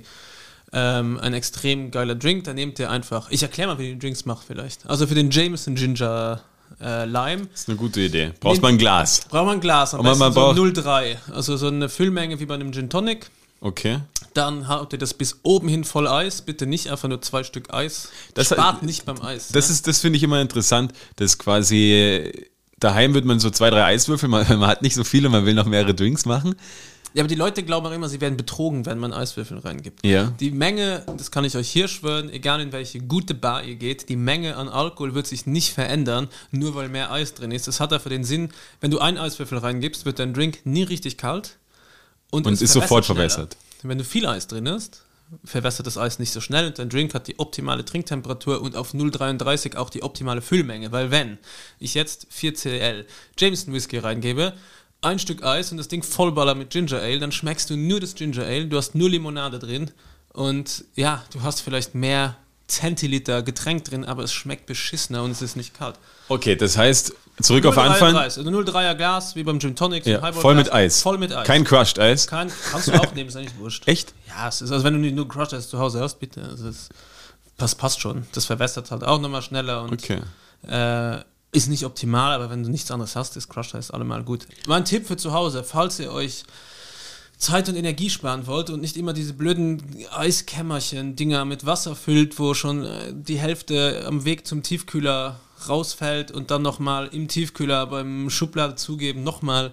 Ähm, ein extrem geiler Drink, da nehmt ihr einfach, ich erkläre mal, wie ihr die Drinks macht vielleicht. Also für den Jameson Ginger äh, Lime Das ist eine gute Idee. Brauchst Nee. mal ein Glas. braucht man ein Glas, am Aber besten man so braucht- null Komma drei, also so eine Füllmenge wie bei einem Gin Tonic. Okay. Dann haut ihr das bis oben hin voll Eis. Bitte nicht einfach nur zwei Stück Eis. Das- Spart nicht beim Eis. Das ne? ist, das finde ich immer interessant, dass quasi daheim wird man so zwei, drei Eiswürfel, man, man hat nicht so viele, man will noch mehrere Drinks machen. Ja, aber die Leute glauben auch immer, sie werden betrogen, wenn man Eiswürfel reingibt. Ja. Die Menge, das kann ich euch hier schwören, egal in welche gute Bar ihr geht, die Menge an Alkohol wird sich nicht verändern, nur weil mehr Eis drin ist. Das hat einfach den Sinn, wenn du einen Eiswürfel reingibst, wird dein Drink nie richtig kalt und, Und es ist verwässert sofort schneller. verwässert. Wenn du viel Eis drin hast, verwässert das Eis nicht so schnell und dein Drink hat die optimale Trinktemperatur und auf null Komma dreiunddreißig auch die optimale Füllmenge, weil wenn ich jetzt vier Centiliter Jameson Whisky reingebe, ein Stück Eis und das Ding vollballer mit Ginger Ale, dann schmeckst du nur das Ginger Ale, du hast nur Limonade drin und ja, du hast vielleicht mehr Zentiliter Getränk drin, aber es schmeckt beschissener und es ist nicht kalt. Okay, das heißt, zurück auf Anfang. Also null Komma dreier Glas, wie beim Gin Tonic. so ein Ja, Highball-Glas, voll mit Eis. Voll mit Eis. Kein Crushed Eis. Kein, kannst du auch nehmen, ist eigentlich wurscht. Echt? Ja, es ist, also wenn du nicht nur Crush Eis zu Hause hast, bitte. Also es, das passt schon. Das verwässert halt auch nochmal schneller und Okay. äh, ist nicht optimal, aber wenn du nichts anderes hast, ist Crush Eis allemal gut. Mein Tipp für zu Hause, falls ihr euch Zeit und Energie sparen wollt und nicht immer diese blöden Eiskämmerchen-Dinger mit Wasser füllt, wo schon äh, die Hälfte am Weg zum Tiefkühler rausfällt und dann nochmal im Tiefkühler beim Schublade zugeben, nochmal.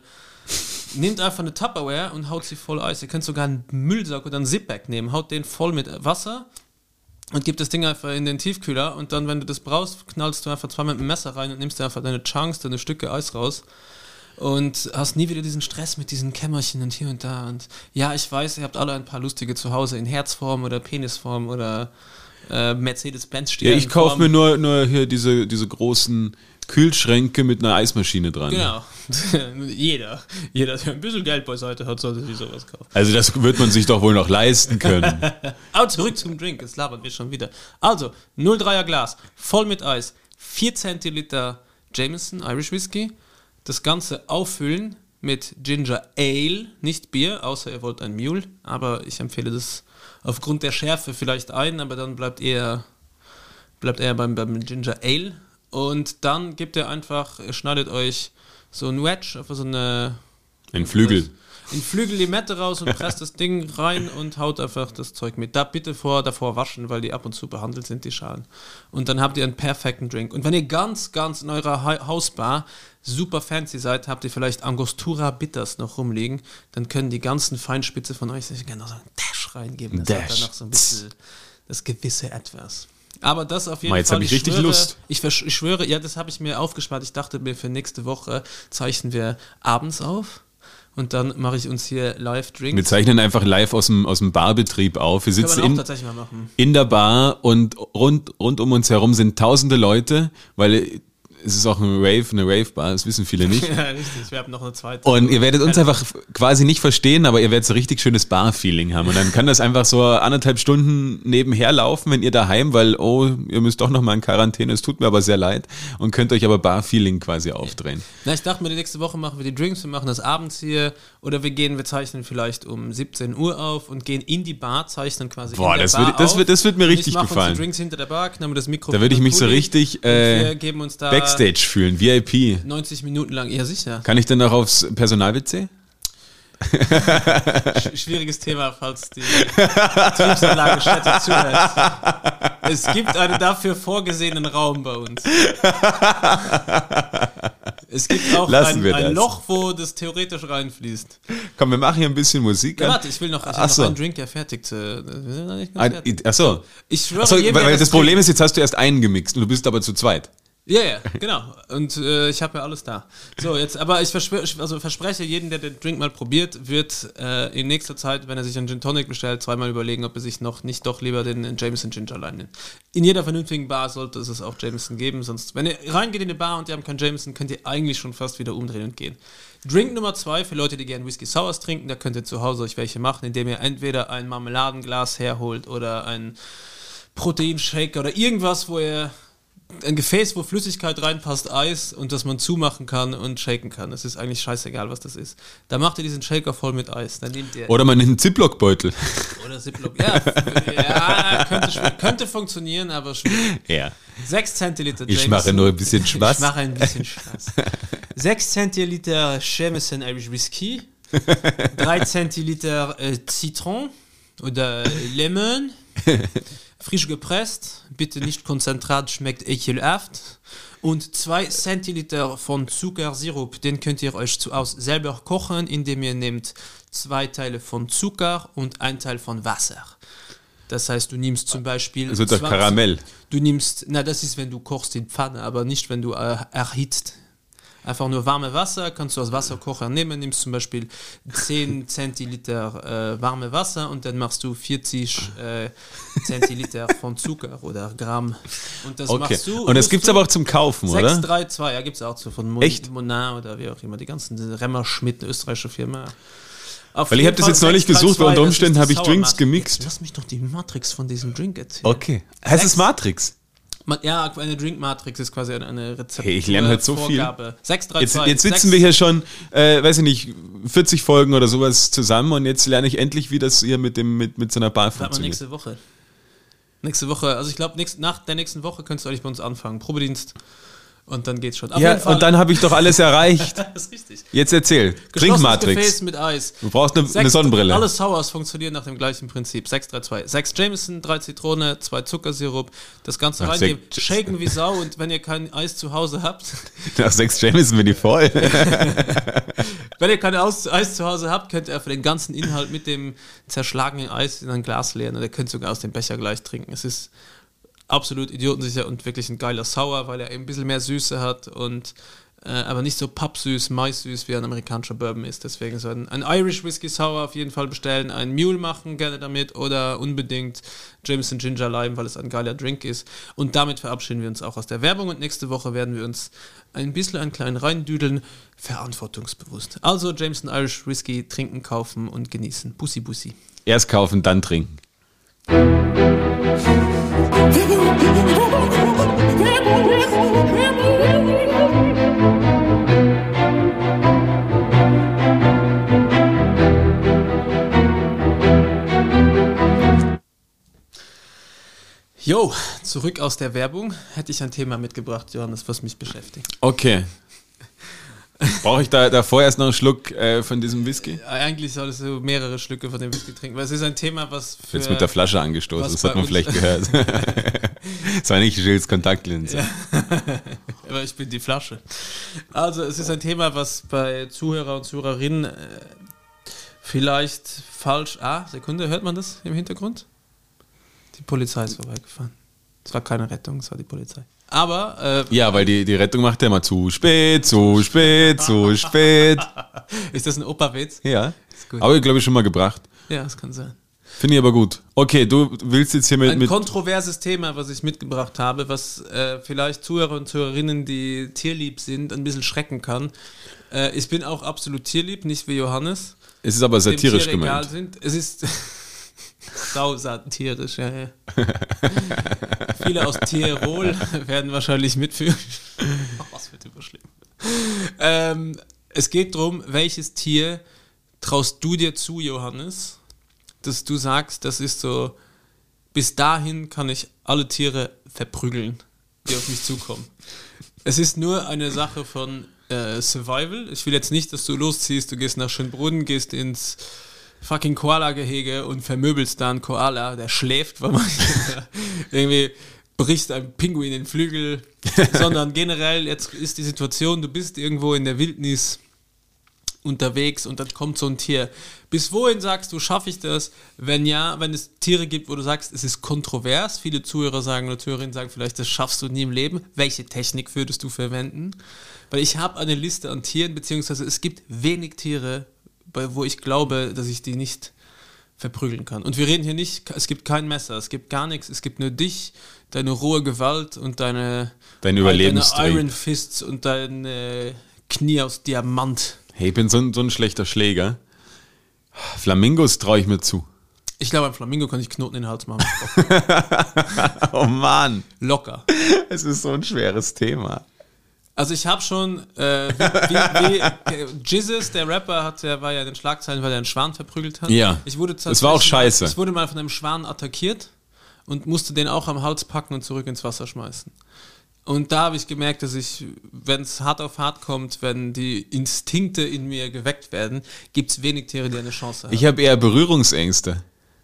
Nehmt einfach eine Tupperware und haut sie voll Eis. Ihr könnt sogar einen Müllsack oder einen Zipbag nehmen, haut den voll mit Wasser und gib das Ding einfach in den Tiefkühler und dann, wenn du das brauchst, knallst du einfach zweimal mit dem Messer rein und nimmst dir einfach deine Chunks, deine Stücke Eis raus und hast nie wieder diesen Stress mit diesen Kämmerchen und hier und da und ja, ich weiß, ihr habt alle ein paar lustige zu Hause in Herzform oder Penisform oder äh, Mercedes-Benz Ja, stehen. ich kaufe mir nur, nur hier diese, diese großen Kühlschränke mit einer Eismaschine dran. Genau. jeder, jeder, der ein bisschen Geld beiseite hat, sollte sich sowas kaufen. Also das wird man sich doch wohl noch leisten können. Aber zurück zum Drink, es labert mir schon wieder. Also, null Komma dreier Glas, voll mit Eis, vier Zentiliter Jameson, Irish Whisky. Das Ganze auffüllen mit Ginger Ale, nicht Bier, außer ihr wollt ein Mule. Aber ich empfehle das aufgrund der Schärfe vielleicht ein, aber dann bleibt eher, bleibt eher beim, beim Ginger Ale. Und dann gebt ihr einfach, ihr schneidet euch so ein Wedge, einfach so eine... Ein Flügel. Ein Flügel Limette raus und presst das Ding rein und haut einfach das Zeug mit. Da bitte vor, davor waschen, weil die ab und zu behandelt sind, die Schalen. Und dann habt ihr einen perfekten Drink. Und wenn ihr ganz, ganz in eurer ha- Hausbar super fancy seid, habt ihr vielleicht Angostura Bitters noch rumliegen, dann können die ganzen Feinspitze von euch sich gerne noch so einen Dash reingeben. Das Dash. hat dann noch so ein bisschen das gewisse Etwas. Aber das auf jeden Mal, jetzt Fall. hab ich richtig schwöre, Lust. Ich, versch- ich schwöre, ja, das habe ich mir aufgespart. Ich dachte mir, für nächste Woche zeichnen wir abends auf. Und dann mache ich uns hier Live-Drinks. Wir zeichnen einfach live aus dem, aus dem Barbetrieb auf. Wir Kann sitzen man auch in, tatsächlich mal machen. in der Bar und rund, rund um uns herum sind tausende Leute, weil es ist auch ein Rave, eine Rave-Bar, das wissen viele nicht. Ja, richtig. Wir haben noch eine zweite. Und ihr werdet uns einfach quasi nicht verstehen, aber ihr werdet so richtig schönes Bar-Feeling haben. Und dann kann das einfach so anderthalb Stunden nebenher laufen, wenn ihr daheim, weil, oh, ihr müsst doch noch mal in Quarantäne, es tut mir aber sehr leid. Und könnt euch aber Bar-Feeling quasi aufdrehen. Na, ich dachte mir, die nächste Woche machen wir die Drinks, wir machen das abends hier. Oder wir gehen, wir zeichnen vielleicht um siebzehn Uhr auf und gehen in die Bar, zeichnen quasi Boah, in der das Bar wird- das auf. wird- das wird mir Und ich richtig mache uns gefallen. die Drinks hinter der Bar, knappe das Mikrofon. Da würde ich mich so Pulli richtig und äh, wir geben uns da Backstage fühlen, V I P. neunzig Minuten lang, ja sicher. Kann ich denn noch aufs Personal-W C? Sch- schwieriges Thema, falls die Betriebsanlagestätte zuhört. Es gibt einen dafür vorgesehenen Raum bei uns. Es gibt auch Lassen ein, wir ein das. Loch, wo das theoretisch reinfließt. Komm, wir machen hier ein bisschen Musik. Ja, an. warte, ich will noch, ich Ach hab noch so. einen Drink ja fertig zu. Wir sind noch nicht Ah, ganz fertig. Achso. Ich schwöre, Achso, jedem, weil, der weil das das Problem ist, jetzt hast du erst einen gemixt und du bist aber zu zweit. Ja, ja, genau. Und äh, ich habe ja alles da. So, jetzt, aber ich verschwör, ich- also verspreche, jeden, der den Drink mal probiert, wird äh, in nächster Zeit, wenn er sich einen Gin Tonic bestellt, zweimal überlegen, ob er sich noch nicht doch lieber den Jameson Ginger Ale nimmt. In jeder vernünftigen Bar sollte es auch Jameson geben, sonst, wenn ihr reingeht in eine Bar und ihr habt keinen Jameson, könnt ihr eigentlich schon fast wieder umdrehen und gehen. Drink Nummer zwei, für Leute, die gerne Whisky Sours trinken, da könnt ihr zu Hause euch welche machen, indem ihr entweder ein Marmeladenglas herholt oder ein Proteinshaker oder irgendwas, wo ihr ein Gefäß, wo Flüssigkeit reinpasst, Eis und das man zumachen kann und shaken kann. Es ist eigentlich scheißegal, was das ist. Da macht ihr diesen Shaker voll mit Eis. Dann nehmt ihr Oder man nimmt einen Ziploc-Beutel. oder Ziploc. Ja, f- ja könnte, schwer- könnte funktionieren, aber schwierig. Ja. sechs Zentiliter Ich mache nur ein bisschen Spaß. Ich mache ein bisschen Spaß. sechs Zentiliter Jameson Irish Whisky, drei Zentiliter äh, Zitron oder Lemon, frisch gepresst, bitte nicht Konzentrat, schmeckt ekelhaft. Und zwei Zentiliter von Zuckersirup, den könnt ihr euch zu Hause selber kochen, indem ihr nehmt zwei Teile von Zucker und ein Teil von Wasser. Das heißt, du nimmst zum Beispiel... Also der zwanzig Karamell. Du nimmst, na das ist, wenn du kochst in Pfanne, aber nicht, wenn du äh, erhitzt. Einfach nur warme Wasser, kannst du aus Wasserkocher nehmen, nimmst zum Beispiel zehn Zentiliter äh, warme Wasser und dann machst du vierzig äh, Zentiliter von Zucker oder Gramm. Und das Okay. machst du. Und das gibt es aber auch zum Kaufen, sechs oder? drei zwei, ja, gibt es auch so von Mon Echt? Monin oder wie auch immer, die ganzen diese Remmer Schmidt, eine österreichische Firma. Auf Weil ich jeden hab das Fall jetzt neulich sechs drei gesucht, weil unter zwei, das Umständen ist die habe ich Sour Drinks Matrix. gemixt. Jetzt lass mich doch die Matrix von diesem Drink erzählen. Okay. Heißt es Sechs- Matrix? Ma- Ja, eine Drinkmatrix ist quasi eine, eine Rezeptur. Hey, ich lerne heute so viel. Vorgabe. sechs drei Jetzt, zwei, jetzt sitzen sechs- wir hier schon, äh, weiß ich nicht, vierzig Folgen oder sowas zusammen und jetzt lerne ich endlich, wie das hier mit, dem, mit, mit so einer Bar Warte mal, funktioniert. nächste Woche. Nächste Woche, also ich glaube, nach der nächsten Woche könntest du eigentlich bei uns anfangen. Probedienst. Und dann geht's schon. Auf Ja, jeden Fall. und dann habe ich doch alles erreicht. Das ist richtig. Jetzt erzähl. Geschlossenes Trinkmatrix. Gefäß mit Eis. Du brauchst eine, Sechs- eine Sonnenbrille. Alle Sours funktionieren nach dem gleichen Prinzip. sechs drei zwei. sechs Jameson, drei Zitrone, zwei Zuckersirup. Das Ganze Ach, reingeben, sech- shaken wie Sau und wenn ihr kein Eis zu Hause habt, Nach sechs Jameson bin ich voll. wenn ihr kein Eis, Eis zu Hause habt, könnt ihr für den ganzen Inhalt mit dem zerschlagenen Eis in ein Glas leeren und ihr könnt sogar aus dem Becher gleich trinken. Es ist absolut idiotensicher und wirklich ein geiler Sour, weil er eben ein bisschen mehr Süße hat und äh, aber nicht so pappsüß, maissüß wie ein amerikanischer Bourbon ist. Deswegen so ein, ein Irish Whisky Sour auf jeden Fall bestellen, ein Mule machen gerne damit oder unbedingt Jameson Ginger Lime, weil es ein geiler Drink ist. Und damit verabschieden wir uns auch aus der Werbung und nächste Woche werden wir uns ein bisschen einen kleinen reindüdeln, verantwortungsbewusst. Also Jameson Irish Whisky trinken, kaufen und genießen. Bussi, bussi. Erst kaufen, dann trinken. Jo, zurück aus der Werbung. Hätte ich ein Thema mitgebracht, Johannes, was mich beschäftigt. Okay. Brauche ich da davor erst noch einen Schluck äh, von diesem Whisky? Eigentlich solltest du mehrere Schlücke von dem Whisky trinken, weil es ist ein Thema, was für... Jetzt mit der Flasche angestoßen, das bei hat man uns- vielleicht gehört. Das war nicht Gilles Kontaktlinse. Ja. Aber ich bin die Flasche. Also es ist ein Thema, was bei Zuhörer und Zuhörerinnen äh, vielleicht falsch... Ah, Sekunde, hört man das im Hintergrund? Die Polizei ist vorbeigefahren. Es war keine Rettung, es war die Polizei. Aber... Äh, Ja, weil die, die Rettung macht ja immer zu spät, zu spät, zu spät. ist das ein Opa-Witz? Ja, Ist gut. aber ich glaube ich schon mal gebracht. Ja, das kann sein. Finde ich aber gut. Okay, du willst jetzt hier mit... Ein mit kontroverses Thema, was ich mitgebracht habe, was äh, vielleicht Zuhörer und Zuhörerinnen, die tierlieb sind, ein bisschen schrecken kann. Äh, ich bin auch absolut tierlieb, nicht wie Johannes. es ist aber dem satirisch Tiere egal gemeint. sind. Es ist sau satirisch, ja, ja. Viele aus Tirol werden wahrscheinlich mitführen. Oh, was wird überschlimm. Ähm, es geht darum, welches Tier traust du dir zu, Johannes, dass du sagst, das ist so, bis dahin kann ich alle Tiere verprügeln, die auf mich zukommen. Es ist nur eine Sache von äh, Survival. Ich will jetzt nicht, dass du losziehst, du gehst nach Schönbrunn, gehst ins fucking Koala-Gehege und vermöbelst da einen Koala, der schläft, weil man irgendwie bricht ein Pinguin den Flügel, sondern generell, jetzt ist die Situation, du bist irgendwo in der Wildnis unterwegs und dann kommt so ein Tier. Bis wohin sagst du, schaffe ich das? Wenn ja, wenn es Tiere gibt, wo du sagst, es ist kontrovers, viele Zuhörer sagen oder Zuhörerinnen sagen vielleicht, das schaffst du nie im Leben. Welche Technik würdest du verwenden? Weil ich habe eine Liste an Tieren, beziehungsweise es gibt wenig Tiere, bei, wo ich glaube, dass ich die nicht verprügeln kann. Und wir reden hier nicht, es gibt kein Messer, es gibt gar nichts, es gibt nur dich, deine rohe Gewalt und deine, Dein Überlebenstrieb. deine Iron Fists und deine Knie aus Diamant. Hey, ich bin so ein, so ein schlechter Schläger. Flamingos traue ich mir zu. Ich glaube, beim Flamingo kann ich Knoten in den Hals machen. Oh Mann. Locker. Es ist so ein schweres Thema. Also ich habe schon, äh, wie, wie, wie Jizzes, der Rapper, hat, der war ja in den Schlagzeilen, weil er einen Schwan verprügelt hat. Ja, ich wurde das war auch scheiße. Ich wurde mal von einem Schwan attackiert und musste den auch am Hals packen und zurück ins Wasser schmeißen. Und da habe ich gemerkt, dass ich, wenn es hart auf hart kommt, wenn die Instinkte in mir geweckt werden, gibt es wenig Tiere, die eine Chance haben. Ich habe eher Berührungsängste.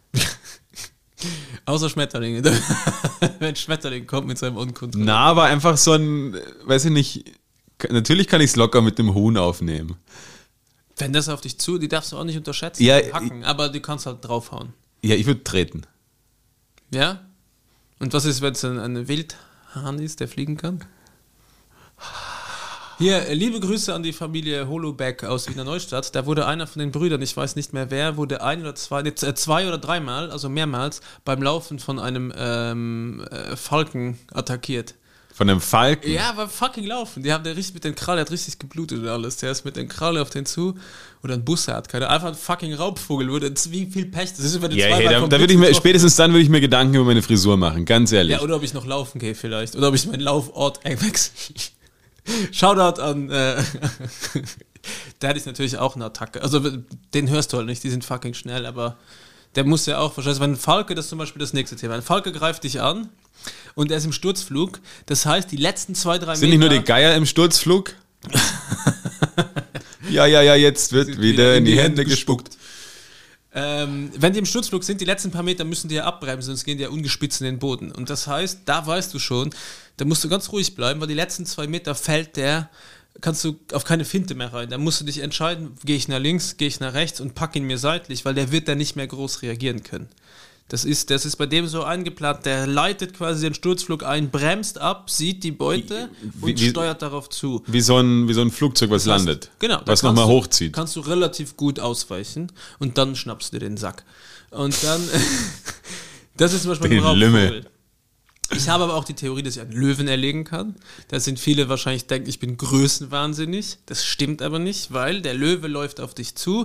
Außer Schmetterlinge. Wenn Schmetterling kommt mit seinem Unkontrollierten. Na, aber einfach so ein, weiß ich nicht, natürlich kann ich es locker mit dem Huhn aufnehmen. Wenn das auf dich zu, die darfst du auch nicht unterschätzen, Ja, hacken, aber du kannst halt draufhauen. Ja, ich würde treten. Ja? Und was ist, wenn es ein, ein Wildhahn ist, der fliegen kann? Hier, äh, liebe Grüße an die Familie Holoback aus Wiener Neustadt. Da wurde einer von den Brüdern, ich weiß nicht mehr wer, wurde ein oder zwei, nee, z- zwei oder dreimal, also mehrmals, beim Laufen von einem ähm, äh, Falken attackiert. Von einem Falken. Ja, beim fucking Laufen. Die haben der richtig mit den Krallen, der hat richtig geblutet und alles. Der ist mit den Krallen auf den zu. Oder ein Bussard, keine einfach ein fucking Raubvogel. Wurde wie viel Pech. Das ist, wenn du Ja, zweimal hey, da, vom da Blitz würde ich mir, getroffen spätestens dann würde ich mir Gedanken über meine Frisur machen, ganz ehrlich. Ja, oder ob ich noch laufen gehe vielleicht. Oder ob ich meinen Laufort wechsle. Shoutout an... Äh, da hatte ich natürlich auch eine Attacke. Also den hörst du halt nicht, die sind fucking schnell, aber der muss ja auch... Wahrscheinlich, wenn ein Falke, das ist zum Beispiel das nächste Thema. Ein Falke greift dich an und er ist im Sturzflug. Das heißt, die letzten zwei, drei Sind Meter... nicht nur die Geier im Sturzflug? ja, ja, ja, jetzt wird wieder in die Hände gespuckt. Ähm, wenn die im Sturzflug sind, die letzten paar Meter müssen die ja abbremsen, sonst gehen die ja ungespitzt in den Boden. Und das heißt, da weißt du schon, da musst du ganz ruhig bleiben, weil die letzten zwei Meter fällt der, kannst du auf keine Finte mehr rein. Da musst du dich entscheiden, gehe ich nach links, gehe ich nach rechts und pack ihn mir seitlich, weil der wird dann nicht mehr groß reagieren können. Das ist, das ist bei dem so eingeplant, der leitet quasi den Sturzflug ein, bremst ab, sieht die Beute Wie- und wie- steuert darauf zu. Wie so ein, wie so ein Flugzeug, was Das heißt, landet. Genau. da Was kannst nochmal du- hochzieht. Kannst du relativ gut ausweichen und dann schnappst du dir den Sack. Und dann, das ist zum Beispiel Den ein Raubvogel. Lümmel. Ich habe aber auch die Theorie, dass ich einen Löwen erlegen kann. Da sind viele wahrscheinlich denken, ich bin größenwahnsinnig. Das stimmt aber nicht, weil der Löwe läuft auf dich zu,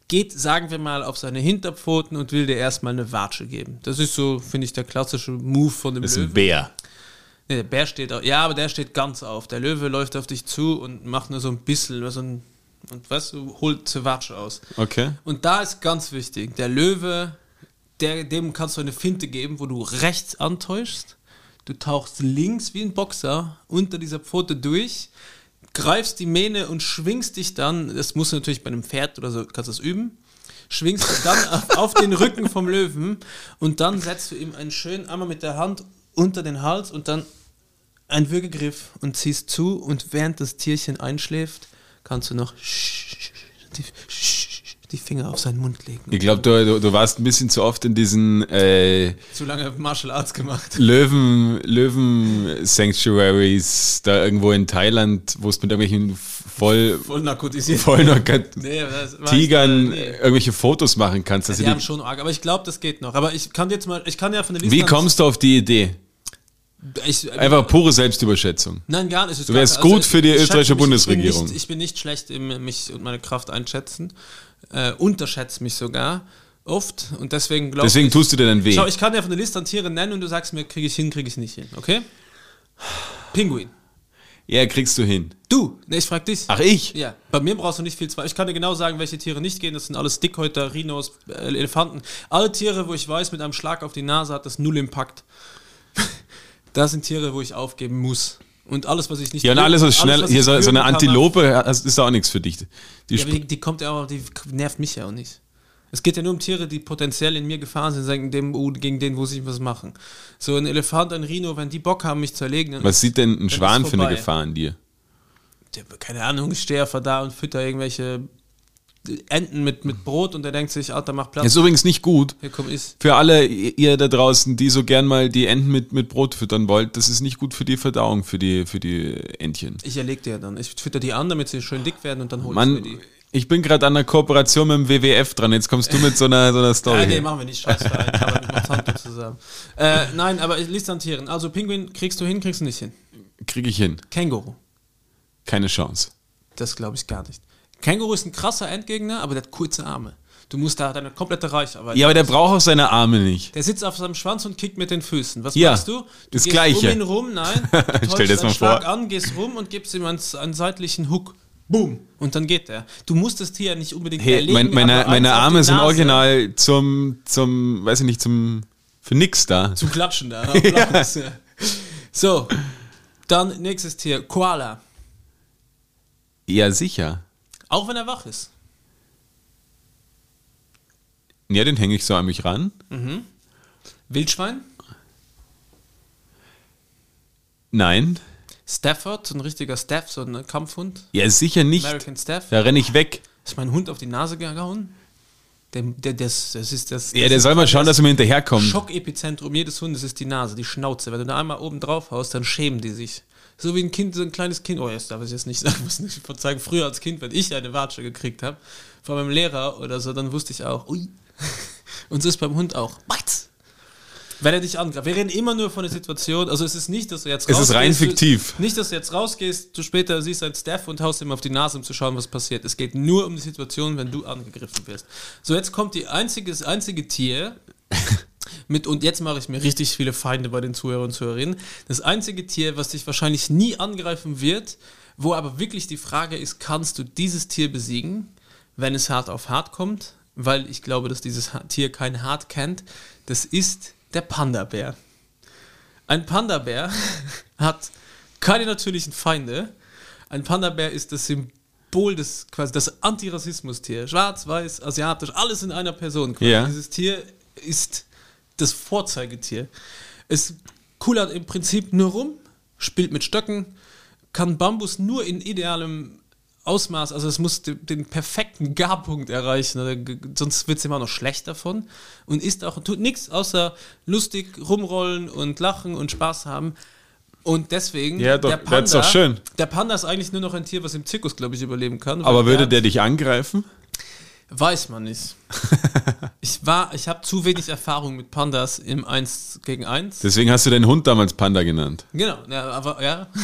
geht, sagen wir mal, auf seine Hinterpfoten und will dir erstmal eine Watsche geben. Das ist so, finde ich, der klassische Move von dem Das ist Löwen. ein Bär. Nee, der Bär steht auf. Ja, aber der steht ganz auf. Der Löwe läuft auf dich zu und macht nur so ein bisschen, nur so ein, und weißt du, holt zur Watsche aus. Okay. Und da ist ganz wichtig, der Löwe, der, dem kannst du eine Finte geben, wo du rechts antäuschst, du tauchst links wie ein Boxer unter dieser Pfote durch, greifst die Mähne und schwingst dich dann, das musst du natürlich bei einem Pferd oder so, kannst du das üben, schwingst dich dann auf, auf den Rücken vom Löwen und dann setzt du ihm einen schönen, einmal mit der Hand unter den Hals und dann einen Würgegriff und ziehst zu und während das Tierchen einschläft, kannst du noch die, die Finger auf seinen Mund legen. Ich glaube, du, du, du warst ein bisschen zu oft in diesen äh, Zu lange Martial Arts gemacht. Löwen, Löwen-Sanctuaries da irgendwo in Thailand, wo es mit irgendwelchen voll, Voll narkotisiert. voll narkot- Nee, das weiß Tigern ich, äh, nee. irgendwelche Fotos machen kannst. Dass Die sie haben die, schon arg, aber ich glaube, das geht noch. Aber ich kann jetzt mal, ich kann ja von der Liste. wie kommst du auf die Idee? ich, Einfach pure Selbstüberschätzung. Nein, gar nicht. Du wärst gut für die ich österreichische schätze mich- Bundesregierung. Ich bin, nicht, ich bin nicht schlecht im mich und meine Kraft einschätzen. Äh, unterschätze mich sogar oft und deswegen glaube ich. Deswegen tust du dir dann weh. Schau, ich kann ja von der Liste an Tiere nennen und du sagst mir, kriege ich hin, kriege ich nicht hin, okay? Pinguin. Ja, kriegst du hin. Du, ne, ich frag dich. Ach, ich? Ja, bei mir brauchst du nicht viel Zweifel. Ich kann dir genau sagen, welche Tiere nicht gehen. Das sind alles Dickhäuter, Rhinos, äh, Elefanten. Alle Tiere, wo ich weiß, mit einem Schlag auf die Nase hat das null Impact. Das sind Tiere, wo ich aufgeben muss. Und alles, was ich nicht Ja, und alles, was schnell, was hier ich so, so eine würgen kann, Antilope, das ist auch nichts für dich. Die Ja, aber sp- die, die kommt ja auch, die nervt mich ja auch nicht. Es geht ja nur um Tiere, die potenziell in mir gefahren sind, sagen dem, oh, gegen den muss ich was machen. So ein Elefant, ein Rhino, wenn die Bock haben, mich zu erlegen, dann was sieht denn ein ist Schwan für eine vorbei. Gefahr an dir? der, keine Ahnung, ich stehe einfach da und fütter irgendwelche Enten mit, mit Brot und der denkt sich, Alter, mach Platz. Das ist übrigens nicht gut. Hier komm ich. Für alle ihr da draußen, die so gern mal die Enten mit, mit Brot füttern wollt, das ist nicht gut für die Verdauung, für die, für die Entchen. Ich erleg die ja dann. Ich fütter die an, damit sie schön dick werden und dann hol ich Mann, mir die. ich bin gerade an einer Kooperation mit dem W W F dran, jetzt kommst du mit so einer, so einer Story. Ja, nee, hier. machen wir nicht. Scheißverein. Ich arbeite mit Monsanto zusammen. Äh, nein, aber ich lese an Tieren. Also Pinguin kriegst du hin, kriegst du nicht hin. Krieg ich hin. Känguru. Keine Chance. Das glaube ich gar nicht. Känguru ist ein krasser Endgegner, aber der hat kurze Arme. Du musst da deine komplette Reichweite. Ja, aber der braucht auch seine Arme nicht. Der sitzt auf seinem Schwanz und kickt mit den Füßen. Was Ja, machst du? Du das gehst Gleiche. um ihn rum, nein. Du Stell dir täuschst das mal einen Schlag vor. an, gehst rum und gibst ihm einen, einen seitlichen Hook. Boom. Und dann geht der. Du musst das Tier ja nicht unbedingt Hey, erlegen, mein, meine, aber meine eins auf Arme die sind Nase. original zum, zum, weiß ich nicht, zum, für nix da. Zum Klatschen da. auf Platz, ja. So, dann nächstes Tier. Koala. Ja, sicher. Auch wenn er wach ist. Ja, den hänge ich so an mich ran. Wildschwein. Nein. Stafford, so ein richtiger Staff, so ein Kampfhund. Ja, sicher nicht. American Staff. Da renne ich weg. Ist mein Hund auf die Nase gehauen? Der, der, das, das ist das. Ja, das der ist soll mal das schauen, dass er mir hinterherkommt. Schockepizentrum jedes Hundes ist die Nase, die Schnauze. Wenn du da einmal oben drauf haust, dann schämen die sich. So wie ein Kind, so ein kleines Kind. Oh, jetzt darf ich jetzt nicht sagen, muss nicht verzeihen. Früher als Kind, wenn ich eine Watsche gekriegt habe, von meinem Lehrer oder so, dann wusste ich auch, ui. Und so ist beim Hund auch. Was? Wenn er dich angreift. Wir reden immer nur von der Situation, also es ist nicht, dass du jetzt Es ist rein rausgehst, fiktiv. Du, nicht, dass du jetzt rausgehst, du später siehst einen Staff und haust ihm auf die Nase, um zu schauen, was passiert. Es geht nur um die Situation, wenn du angegriffen wirst. So, jetzt kommt die einzige, das einzige Tier, mit, und jetzt mache ich mir richtig viele Feinde bei den Zuhörern und Zuhörerinnen, das einzige Tier, was dich wahrscheinlich nie angreifen wird, wo aber wirklich die Frage ist, kannst du dieses Tier besiegen, wenn es hart auf hart kommt? Weil ich glaube, dass dieses Tier kein Hart kennt. Das ist der Panda-Bär. Ein Panda-Bär hat keine natürlichen Feinde. Ein Panda-Bär ist das Symbol des, quasi das Antirassismus-Tier. Schwarz, weiß, asiatisch, alles in einer Person. Quasi. Ja. Dieses Tier ist das Vorzeigetier. Es kullert im Prinzip nur rum, spielt mit Stöcken, kann Bambus nur in idealem Ausmaß, also es muss den, den perfekten Garpunkt erreichen, oder, g- sonst wird es immer noch schlecht davon und ist auch, tut nichts außer lustig rumrollen und lachen und Spaß haben und deswegen, Ja, doch, der das Panda, ist doch schön. der Panda ist eigentlich nur noch ein Tier, was im Zirkus, glaube ich, überleben kann. weil Aber würde hat- der dich angreifen? Weiß man nicht. ich war, ich habe zu wenig Erfahrung mit Pandas im eins gegen eins. Deswegen hast du deinen Hund damals Panda genannt. Genau, ja, aber ja.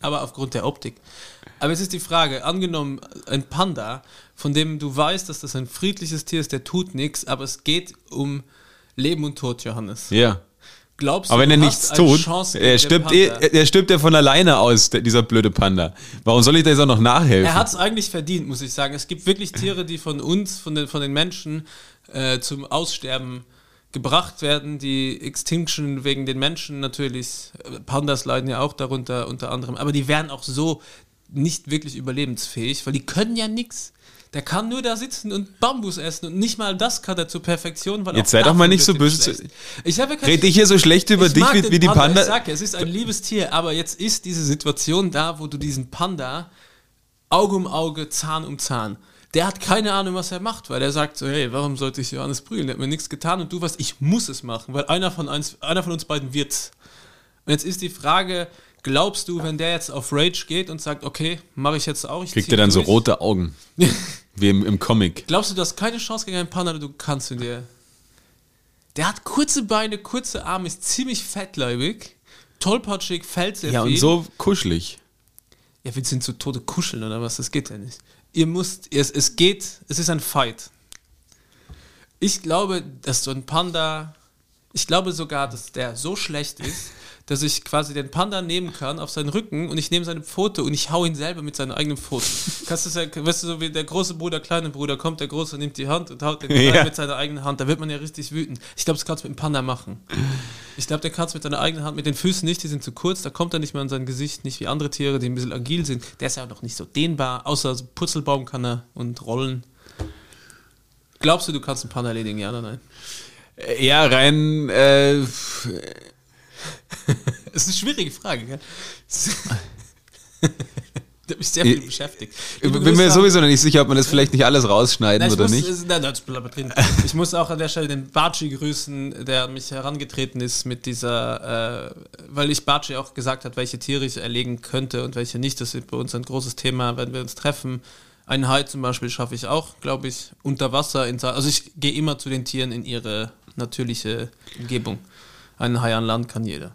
aber aufgrund der Optik. Aber jetzt ist die Frage, angenommen, ein Panda, von dem du weißt, dass das ein friedliches Tier ist, der tut nichts, aber es geht um Leben und Tod, Johannes. Ja. Glaubst du, Aber wenn du er hast nichts eine tut, Chance er gegen den stirbt, eh, Panda? er stirbt ja von alleine aus, der, dieser blöde Panda. Warum soll ich da jetzt auch noch nachhelfen? Er hat es eigentlich verdient, muss ich sagen. Es gibt wirklich Tiere, die von uns, von den, von den Menschen äh, zum Aussterben gebracht werden, die Extinction wegen den Menschen natürlich, Pandas leiden ja auch darunter unter anderem, aber die wären auch so nicht wirklich überlebensfähig, weil die können ja nichts. Der kann nur da sitzen und Bambus essen und nicht mal das kann er zur Perfektion, weil Jetzt auch sei doch mal davon nicht so wird ihm böse. schlecht. Ich habe ja kein- Red ich hier so schlecht über ich dich mag wie, den wie die Panda? Ich sag ja, es ist ein liebes Tier, aber jetzt ist diese Situation da, wo du diesen Panda Auge um Auge, Zahn um Zahn, der hat keine Ahnung, was er macht, weil er sagt so, hey, warum sollte ich Johannes prügeln? Der hat mir nichts getan und du weißt, ich muss es machen, weil einer von uns, einer von uns beiden wird's. Und jetzt ist die Frage, glaubst du, wenn der jetzt auf Rage geht und sagt, okay, mache ich jetzt auch, ich Kriegt zieh er dann so durch. rote Augen, wie im, im Comic. Glaubst du, du hast keine Chance gegen einen Panda, du kannst in dir. Der hat kurze Beine, kurze Arme, ist ziemlich fettleibig, tollpatschig, fällt sehr Ja, viel. und so kuschelig. Ja, willst du ihn zu Tode kuscheln oder was? Das geht ja nicht. Ihr müsst, es, es geht, es ist ein Fight. Ich glaube, dass so ein Panda, ich glaube sogar, dass der so schlecht ist, dass ich quasi den Panda nehmen kann auf seinen Rücken und ich nehme seine Pfote und ich hau ihn selber mit seinen eigenen Pfoten. Kannst du das ja, weißt du, so wie der große Bruder, kleine Bruder, kommt der Große, nimmt die Hand und haut den Kleinen Ja. mit seiner eigenen Hand. Da wird man ja richtig wütend. Ich glaube, das kannst du mit dem Panda machen. Ich glaube, der kann es mit seiner eigenen Hand, mit den Füßen nicht, die sind zu kurz, da kommt er nicht mehr an sein Gesicht, nicht wie andere Tiere, die ein bisschen agil sind. Der ist ja auch noch nicht so dehnbar, außer so Purzelbaum kann er und rollen. Glaubst du, du kannst einen Panda erledigen, ja oder nein? Ja, rein, äh, Das ist eine schwierige Frage, gell? Der hat mich sehr viel Ich- beschäftigt. ich Liebe bin Grüße mir an- sowieso noch nicht sicher, ob man das vielleicht nicht alles rausschneiden Nein, ich oder muss, nicht. es- nein, das bleibt drin. Ich muss auch an der Stelle den Barci grüßen, der an mich herangetreten ist mit dieser, äh, weil ich Barci auch gesagt hat, welche Tiere ich erlegen könnte und welche nicht. Das ist bei uns ein großes Thema, wenn wir uns treffen. Einen Hai zum Beispiel schaffe ich auch, glaube ich, unter Wasser. In, also ich gehe immer zu den Tieren in ihre natürliche Umgebung. Einen Hai an Land kann jeder.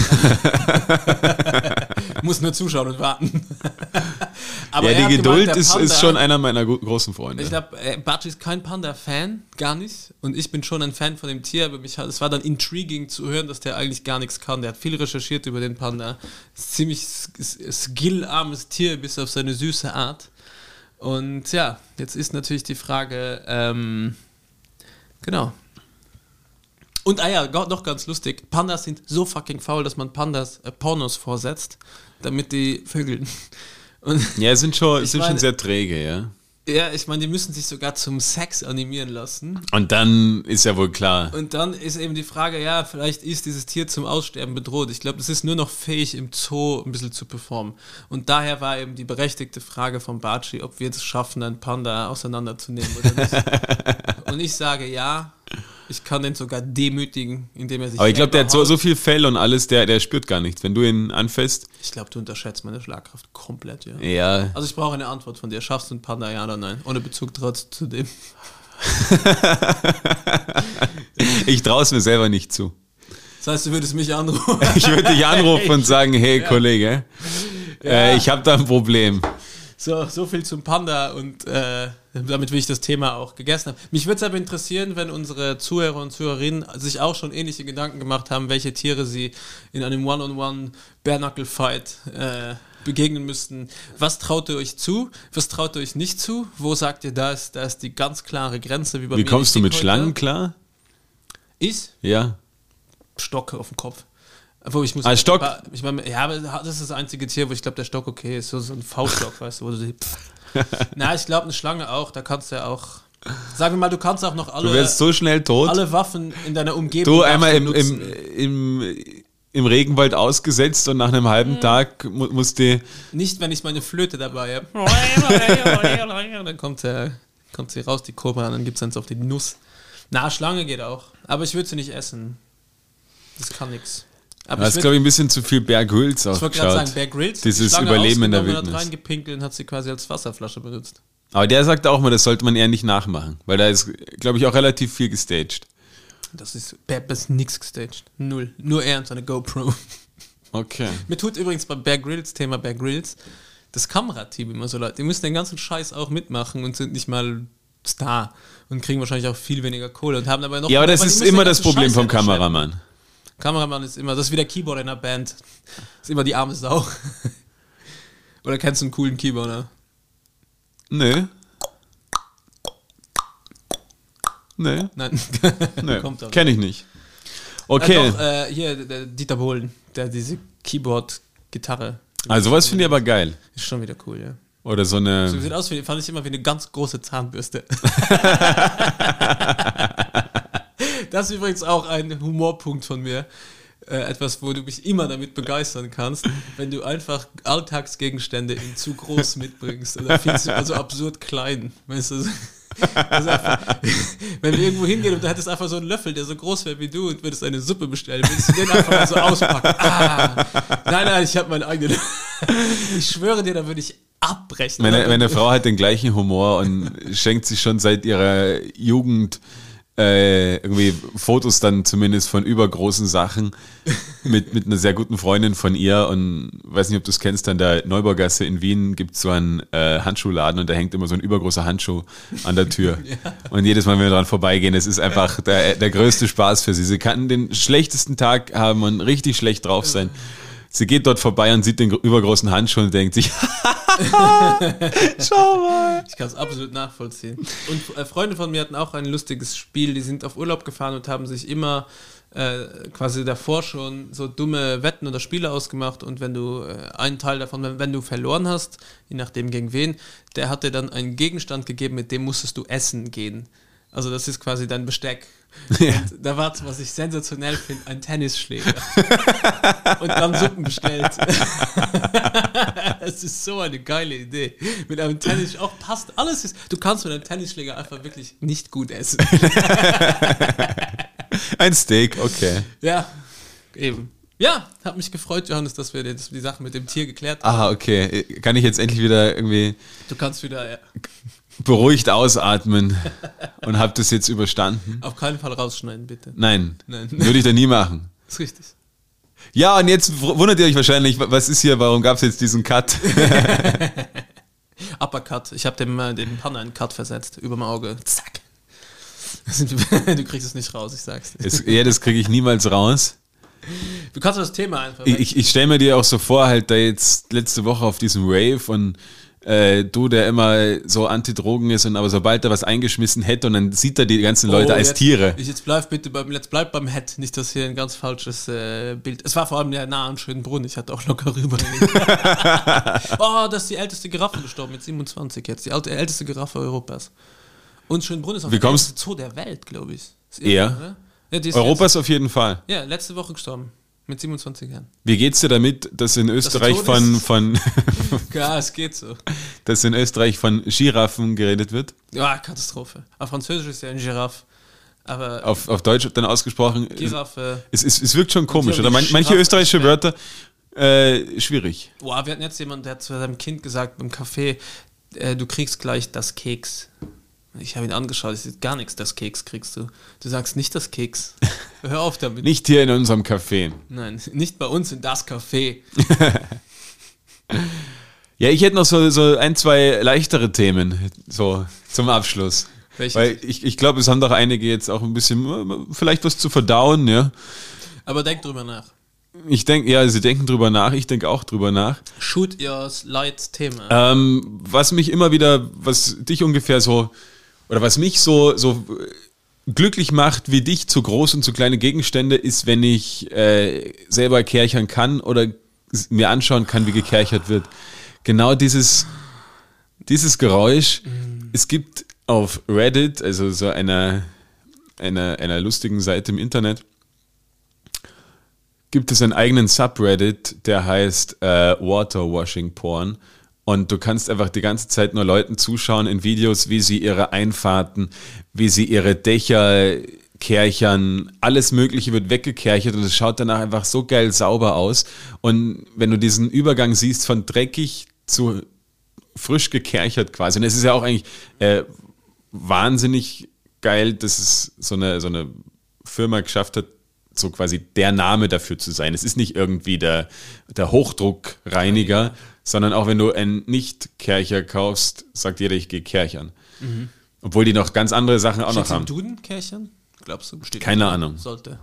Muss nur zuschauen und warten. Aber Ja, er hat die Geduld gemeint, der ist, Panda- ist schon einer meiner gro- großen Freunde. ich glaube, äh, Barci ist kein Panda-Fan, gar nicht. Und ich bin schon ein Fan von dem Tier, aber mich hat, es war dann intriguing zu hören, dass der eigentlich gar nichts kann. Der hat viel recherchiert über den Panda. Ist ziemlich s- s- skillarmes Tier, bis auf seine süße Art. Und ja, jetzt ist natürlich die Frage, ähm, genau. Und ah ja, go- noch ganz lustig, Pandas sind so fucking faul, dass man Pandas äh, Pornos vorsetzt, damit die vögeln. Und Ja, sind schon, Ich sind meine- schon sehr träge, ja. ja, ich meine, die müssen sich sogar zum Sex animieren lassen. Und dann ist ja wohl klar. Und dann ist eben die Frage, ja, vielleicht ist dieses Tier zum Aussterben bedroht. Ich glaube, es ist nur noch fähig, im Zoo ein bisschen zu performen. Und daher war eben die berechtigte Frage von Barci, ob wir es schaffen, einen Panda auseinanderzunehmen oder nicht. Und ich sage ja, ich kann den sogar demütigen, indem er sich Aber ich glaube, der hat so, selber so haut. viel Fell und alles, der, der spürt gar nichts. Wenn du ihn anfasst, Ich glaube, du unterschätzt meine Schlagkraft komplett, ja. ja. Also ich brauche eine Antwort von dir. Schaffst du einen Panda, ja oder nein? Ohne Bezug trotz zu dem. Ich traue es mir selber nicht zu. Das heißt, du würdest mich anrufen. Ich würde dich anrufen und sagen, hey Kollege, äh, ich habe da ein Problem. So, so viel zum Panda und äh, damit will ich das Thema auch gegessen haben. Mich würde es aber interessieren, wenn unsere Zuhörer und Zuhörerinnen sich auch schon ähnliche Gedanken gemacht haben, welche Tiere sie in einem One-on-One Bare-Knuckle-Fight äh, begegnen müssten. Was traut ihr euch zu? Was traut ihr euch nicht zu? Wo sagt ihr, da ist, da ist die ganz klare Grenze? Wie, bei Wie mir kommst du die mit heute? Schlangen klar? Ich? Ja. Stock auf dem Kopf. Obwohl, ich muss Ah, Stock? Ich meine, ja, aber das ist das einzige Tier, wo ich glaube, der Stock okay ist. So, so ein V-Stock, weißt du, wo du die. Na, ich glaube, eine Schlange auch. Da kannst du ja auch. Sagen wir mal, du kannst auch noch alle, Du wirst so schnell tot. alle Waffen in deiner Umgebung. Du darfst einmal du im, im, nutzen. im, im Regenwald ausgesetzt und nach einem halben Mhm. Tag mu musst du. Nicht, wenn ich meine Flöte dabei habe. Dann kommt, äh, kommt sie raus, die Kobra, und dann gibt es eins auf die Nuss. Na, Schlange geht auch. Aber ich würde sie nicht essen. Das kann nix. Aber Du hast, würd- glaube ich, ein bisschen zu viel Bear Grylls Ich wollte gerade sagen, aufgeschaut. Bear Grylls, Dieses die Schlange Überleben in der ausgenommen, Wildnis. hat reingepinkelt und hat sie quasi als Wasserflasche benutzt. Aber der sagt auch mal, das sollte man eher nicht nachmachen. Weil da ist, glaube ich, auch relativ viel gestaged. Das ist, Bear ist nix gestaged. Null. Nur er und seine GoPro. Okay. Mir tut übrigens beim Bear Grylls, Thema Bear Grylls, das Kamerateam immer so leid. Die müssen den ganzen Scheiß auch mitmachen und sind nicht mal Star und kriegen wahrscheinlich auch viel weniger Kohle und haben aber noch... Ja, aber das aber die ist müssen immer den das ganzen Problem Scheiß vom halt schleppen. Kameramann. Kameramann ist immer, das ist wie der Keyboarder in einer Band. Das ist immer die arme Sau. Oder kennst du einen coolen Keyboarder? Nö. Nö. Nein. Nö. Kommt aber. Kenn ich nicht. Okay. Okay. Äh, doch, äh, hier, der Dieter Bohlen, der diese Keyboard-Gitarre. Also was finde ich aber geil. Ist schon wieder cool, ja. Oder so eine... So sieht aus, wie, fand ich immer wie eine ganz große Zahnbürste. Das ist übrigens auch ein Humorpunkt von mir. Äh, etwas, wo du mich immer damit begeistern kannst, wenn du einfach Alltagsgegenstände in zu groß mitbringst oder viel zu also absurd klein. Weißt du? Das ist einfach, wenn wir irgendwo hingehen und du hättest einfach so einen Löffel, der so groß wäre wie du und würdest eine Suppe bestellen, würdest du den einfach mal so auspacken. Ah, nein, nein, ich habe meinen eigenen. Ich schwöre dir, da würde ich abbrechen. Meine, meine Frau hat den gleichen Humor und schenkt sich schon seit ihrer Jugend äh, irgendwie Fotos dann zumindest von übergroßen Sachen mit, mit einer sehr guten Freundin von ihr und weiß nicht, ob du es kennst, an der Neubaugasse in Wien gibt es so einen äh, Handschuhladen und da hängt immer so ein übergroßer Handschuh an der Tür. Ja. Und jedes Mal, wenn wir dran vorbeigehen, es ist einfach der, der größte Spaß für sie. Sie kann den schlechtesten Tag haben und richtig schlecht drauf sein. Sie geht dort vorbei und sieht den übergroßen Handschuh und denkt sich, schau mal. Ich kann es absolut nachvollziehen. Und äh, Freunde von mir hatten auch ein lustiges Spiel. Die sind auf Urlaub gefahren und haben sich immer äh, quasi davor schon so dumme Wetten oder Spiele ausgemacht. Und wenn du äh, einen Teil davon, wenn, wenn du verloren hast, je nachdem gegen wen, der hat dir dann einen Gegenstand gegeben, mit dem musstest du essen gehen. Also das ist quasi dein Besteck. Ja. Und da war es, was ich sensationell finde, ein Tennisschläger. Und dann Suppen bestellt. Es ist so eine geile Idee. Mit einem Tennisschläger auch passt alles. Ist, du kannst mit einem Tennisschläger einfach wirklich nicht gut essen. Ein Steak, okay. Ja, eben. Ja, hat mich gefreut, Johannes, dass wir die, die Sache mit dem Tier geklärt haben. Aha, okay. Kann ich jetzt endlich wieder irgendwie... Du kannst wieder... Ja. beruhigt ausatmen und habe das jetzt überstanden. Auf keinen Fall rausschneiden, bitte. Nein, Nein. würde ich da nie machen. Das ist richtig. Ja, und jetzt wundert ihr euch wahrscheinlich, was ist hier, warum gab es jetzt diesen Cut? Uppercut. Ich habe dem, äh, dem Panne einen Cut versetzt, über mein Auge. Zack. Du kriegst es nicht raus, ich sag's dir. Es, ja, das kriege ich niemals raus. Du kannst das Thema einfach... Ich, ich, ich stelle mir dir auch so vor, halt da jetzt letzte Woche auf diesem Rave und Äh, du, der immer so Anti-Drogen ist und aber sobald er was eingeschmissen hätte und dann sieht er die ganzen Leute oh, als jetzt, Tiere. Ich jetzt bleib bitte beim, jetzt bleib beim Head, nicht, dass hier ein ganz falsches äh, Bild. Es war vor allem ja nah an Schönbrunn, ich hatte auch locker rüber. Oh, das ist die älteste Giraffe gestorben, mit siebenundzwanzig jetzt, die alte, älteste Giraffe Europas. Und Schönbrunn ist auch der älteste Zoo der Welt, glaube ich. Ist eher? Oder? Ja, die ist Europas jetzt, auf jeden Fall. Ja, letzte Woche gestorben. Mit siebenundzwanzig Jahren. Wie geht's dir damit, dass in Österreich tot von, ist? von Ja, es geht so. dass in Österreich von Giraffen geredet wird? Ja, Katastrophe. Auf Französisch ist ja ein Giraffe. Aber Auf, auf Deutsch dann ausgesprochen. Giraffe. Es, es, es wirkt schon komisch, die oder? haben Man, die manche Giraffe österreichische erklärt. Wörter äh, schwierig. Boah, wir hatten jetzt jemanden, der hat zu seinem Kind gesagt beim Café, äh, du kriegst gleich das Keks. Ich habe ihn angeschaut, ich sage, gar nichts, das Keks kriegst du. Du sagst nicht das Keks. Hör auf damit. Nicht hier in unserem Café. Nein, nicht bei uns in das Café. Ja, ich hätte noch so, so ein, zwei leichtere Themen so zum Abschluss. Welche? Weil ich, ich glaube, es haben doch einige jetzt auch ein bisschen äh, vielleicht was zu verdauen, ja. Aber denk drüber nach. Ich denke, ja, sie denken drüber nach, ich denke auch drüber nach. Shoot your light Thema. Ähm, was mich immer wieder, was dich ungefähr so, oder was mich so, so glücklich macht, wie dich, zu groß und zu kleine Gegenstände, ist, wenn ich äh, selber kerchern kann oder mir anschauen kann, wie gekerchert wird. Genau dieses, dieses Geräusch. Mhm. Es gibt auf Reddit, also so einer, einer, einer lustigen Seite im Internet, gibt es einen eigenen Subreddit, der heißt äh, Waterwashing Porn. Und du kannst einfach die ganze Zeit nur Leuten zuschauen in Videos, wie sie ihre Einfahrten, wie sie ihre Dächer kerchern, alles Mögliche wird weggekerchert und es schaut danach einfach so geil sauber aus. Und wenn du diesen Übergang siehst von dreckig zu frisch gekerchert quasi, und es ist ja auch eigentlich äh, wahnsinnig geil, dass es so eine, so eine Firma geschafft hat, so quasi der Name dafür zu sein. Es ist nicht irgendwie der, der Hochdruckreiniger, ja. sondern auch wenn du einen Nicht-Kercher kaufst, sagt jeder, ich gehe kerchern. Mhm. Obwohl die noch ganz andere Sachen auch Steht's noch haben. im Duden kerchern? Glaubst du? Besteht Keine nicht. Ahnung. Sollte.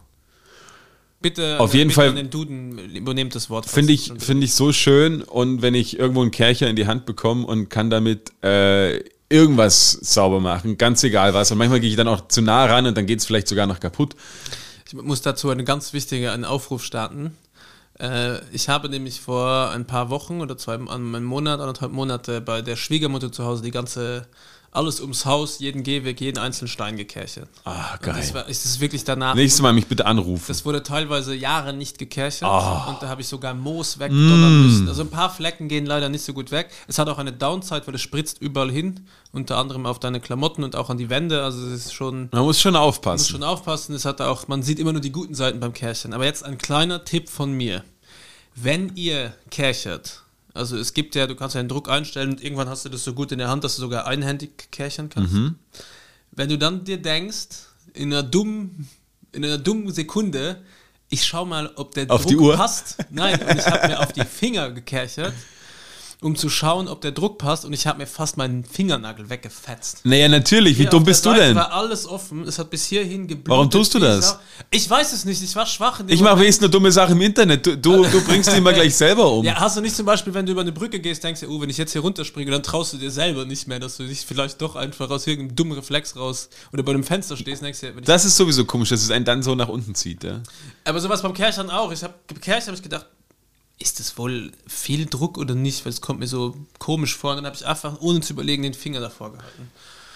Bitte, auf jeden bitte Fall an den Duden übernehmt das Wort. Finde ich, find ich so schön, und wenn ich irgendwo einen Kercher in die Hand bekomme und kann damit äh, irgendwas sauber machen, ganz egal was, und manchmal gehe ich dann auch zu nah ran und dann geht es vielleicht sogar noch kaputt. Ich muss dazu eine ganz wichtige einen Aufruf starten. Äh, ich habe nämlich vor ein paar Wochen oder zwei, einen Monat, anderthalb Monate bei der Schwiegermutter zu Hause die ganze... alles ums Haus, jeden Gehweg, jeden einzelnen Stein gekerchert. Ah, geil. Und das war, ist es wirklich danach. Nächstes Mal mich bitte anrufen. Das wurde teilweise Jahre nicht gekerchert oh. und da habe ich sogar Moos wegdonnern mm. müssen. Also ein paar Flecken gehen leider nicht so gut weg. Es hat auch eine Downside, weil es spritzt überall hin, unter anderem auf deine Klamotten und auch an die Wände. Also es ist schon. Man muss schon aufpassen. Man muss schon aufpassen. Es hat auch, man sieht immer nur die guten Seiten beim Kerchern. Aber jetzt ein kleiner Tipp von mir: Wenn ihr kerchert, also es gibt ja, du kannst ja den Druck einstellen und irgendwann hast du das so gut in der Hand, dass du sogar einhändig kerchern kannst. Mhm. Wenn du dann dir denkst, in einer dummen, in einer dummen Sekunde, ich schau mal, ob der auf Druck die Uhr? passt. Nein, und ich habe mir auf die Finger gekerchert, um zu schauen, ob der Druck passt, und ich habe mir fast meinen Fingernagel weggefetzt. Naja, natürlich, wie Hier dumm auf der bist du Seite denn? war alles offen, es hat bis hierhin geblutet. Warum tust du das? Ich weiß es nicht, ich war schwach in dem Ich mache Moment. wenigstens nur dumme Sachen im Internet. Du, du, du bringst die immer gleich selber um. Ja, hast du nicht zum Beispiel, wenn du über eine Brücke gehst, denkst du, oh, wenn ich jetzt hier runterspringe, dann traust du dir selber nicht mehr, dass du dich vielleicht doch einfach aus irgendeinem dummen Reflex raus oder bei einem Fenster stehst, denkst du, wenn ich Das ist sowieso komisch, dass es einen dann so nach unten zieht. Ja? Aber sowas beim Kerchern auch. Ich habe gekercht, habe ich gedacht, ist das wohl viel Druck oder nicht? Weil es kommt mir so komisch vor. Und dann habe ich einfach, ohne zu überlegen, den Finger davor gehalten.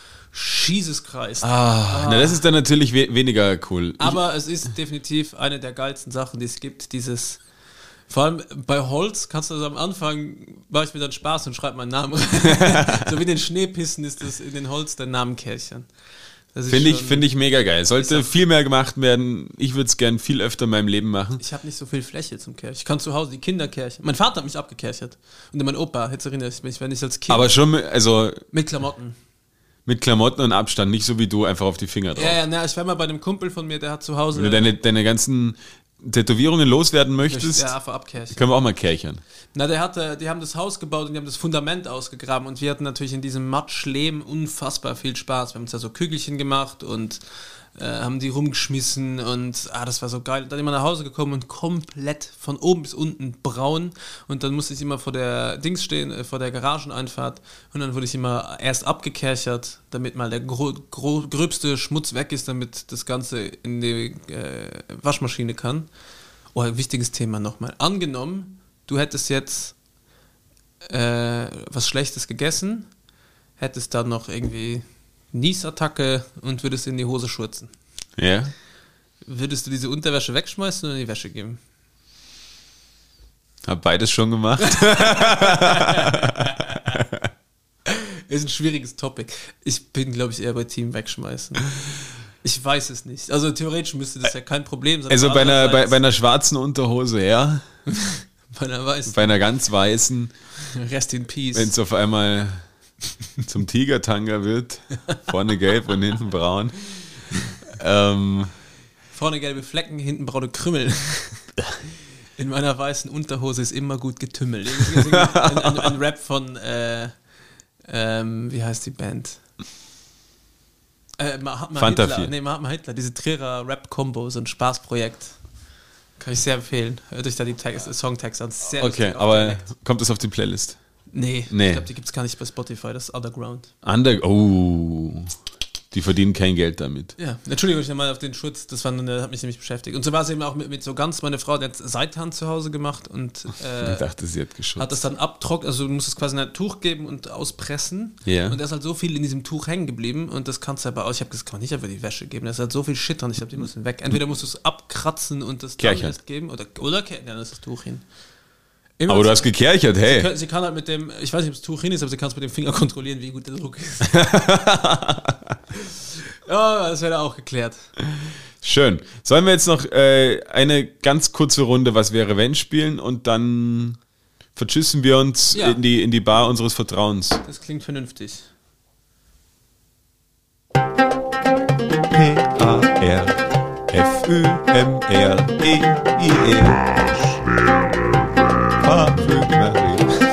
Jesus Christ. Ah, ah. Na, das ist dann natürlich we- weniger cool. Aber es ist definitiv eine der geilsten Sachen, die es gibt. Dieses, vor allem bei Holz kannst du das am Anfang, mache ich mir dann Spaß und schreibe meinen Namen rein. So wie in den Schneepissen ist das in den Holz der Namen Kerchern. Finde ich, find ich mega geil. Sollte viel mehr gemacht werden. Ich würde es gern viel öfter in meinem Leben machen. Ich habe nicht so viel Fläche zum Kerchen. Ich kann zu Hause die Kinder kerchen. Mein Vater hat mich abgekerchert. Und mein Opa, jetzt erinnere ich mich, wenn ich als Kind... Aber schon, mit, also... Mit Klamotten. Mit Klamotten und Abstand, nicht so wie du, einfach auf die Finger drauf. Ja, ja, na, ich war mal bei einem Kumpel von mir, der hat zu Hause... Wenn du deine, deine ganzen Tätowierungen loswerden möchtest, ja, einfach abkerchen. können wir auch mal kerchern. Na, der hatte, die haben das Haus gebaut und die haben das Fundament ausgegraben und wir hatten natürlich in diesem Matschlehm unfassbar viel Spaß. Wir haben uns da so Kügelchen gemacht und äh, haben die rumgeschmissen und ah, das war so geil. Dann immer nach Hause gekommen und komplett von oben bis unten braun, und dann musste ich immer vor der Dings stehen, äh, vor der Garageneinfahrt, und dann wurde ich immer erst abgekerchert, damit mal der gro- gro- gröbste Schmutz weg ist, damit das Ganze in die äh, Waschmaschine kann. Oh, ein wichtiges Thema nochmal. Angenommen, du hättest jetzt äh, was Schlechtes gegessen, hättest dann noch irgendwie Niesattacke und würdest in die Hose schurzen. Ja. Würdest du diese Unterwäsche wegschmeißen oder in die Wäsche geben? Hab beides schon gemacht. Ist ein schwieriges Topic. Ich bin, glaube ich, eher bei Team wegschmeißen. Ich weiß es nicht. Also theoretisch müsste das ja kein Problem sein. Also bei einer, bei, bei einer schwarzen Unterhose, ja. Bei einer weißen. Bei einer ganz weißen. Rest in Peace. Wenn es auf einmal zum Tigertanga wird, vorne gelb und hinten braun. Ähm, Vorne gelbe Flecken, hinten braune Krümmel. In meiner weißen Unterhose ist immer gut getümmelt. Ein, ein, ein Rap von, äh, ähm, wie heißt die Band? Äh, Mahatma Fanta Hitler. vier. Nee, Mahatma Hitler, diese Trierer Rap-Combo, so ein Spaßprojekt. Kann ich sehr empfehlen. Hört euch da die Text, Songtext an. Sehr okay, lustig, aber Dialekt. kommt das auf die Playlist? Nee, Nee. ich glaube, die gibt es gar nicht bei Spotify, das ist Underground. Under, oh, die verdienen kein Geld damit. Ja, Entschuldigung, ich nochmal auf den Schutz, das war, das hat mich nämlich beschäftigt. Und so war es eben auch mit, mit so ganz, meine Frau, die hat Seitan zu Hause gemacht und äh, Ich dachte, sie hat geschützt. hat das dann abtrocknen, also du musst es quasi in ein Tuch geben und auspressen. Ja. Und da ist halt so viel in diesem Tuch hängen geblieben und das kannst du aber aus. Ich habe das kann man nicht einfach die Wäsche geben, da ist halt so viel Shit dran, ich glaube, die müssen weg. Entweder musst du es abkratzen und das dann Kerchern. erst geben oder, oder ke- dann ist das Tuch hin. Immer Aber du so- hast gekerchert, Sie hey. kann, sie kann halt mit dem, ich weiß nicht, ob das Tuch hin ist, aber sie kann es mit dem Finger kontrollieren, wie gut der Druck ist. Ja, das wäre auch geklärt. Schön. Sollen wir jetzt noch äh, eine ganz kurze Runde Was wäre wenn spielen und dann vertschüssen wir uns Ja. in, die, in die Bar unseres Vertrauens. Das klingt vernünftig. P A R F Ü M R E I E. Parfümerie.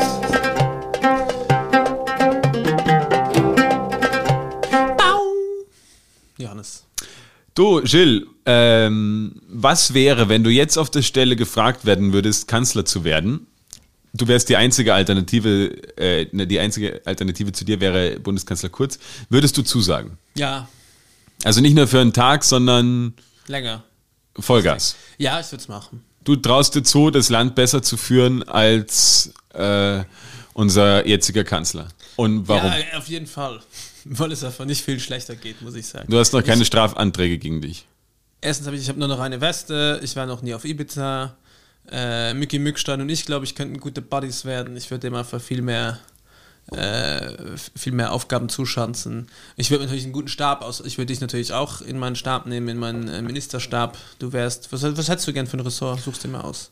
Johannes. Du, Gilles, ähm, was wäre, wenn du jetzt auf der Stelle gefragt werden würdest, Kanzler zu werden? Du wärst die einzige Alternative, äh, ne, die einzige Alternative zu dir wäre Bundeskanzler Kurz. Würdest du zusagen? Ja, Also nicht nur für einen Tag, sondern länger. Vollgas. Ja, ich würde es machen. Du traust dir zu, das Land besser zu führen als äh, unser jetziger Kanzler. Und warum? Ja, auf jeden Fall. Weil es einfach nicht viel schlechter geht, muss ich sagen. Du hast noch keine ich, Strafanträge gegen dich. Erstens habe ich, ich habe nur noch eine Weste, ich war noch nie auf Ibiza. Äh, Micky Mückstein und ich glaube, ich könnten gute Buddies werden. Ich würde dem einfach viel mehr äh, viel mehr Aufgaben zuschanzen. Ich würde natürlich einen guten Stab aus, ich würde dich natürlich auch in meinen Stab nehmen, in meinen äh, Ministerstab. Du wärst, was, was hättest du gern für ein Ressort? Suchst dir mal aus.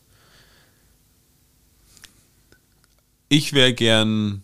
Ich wäre gern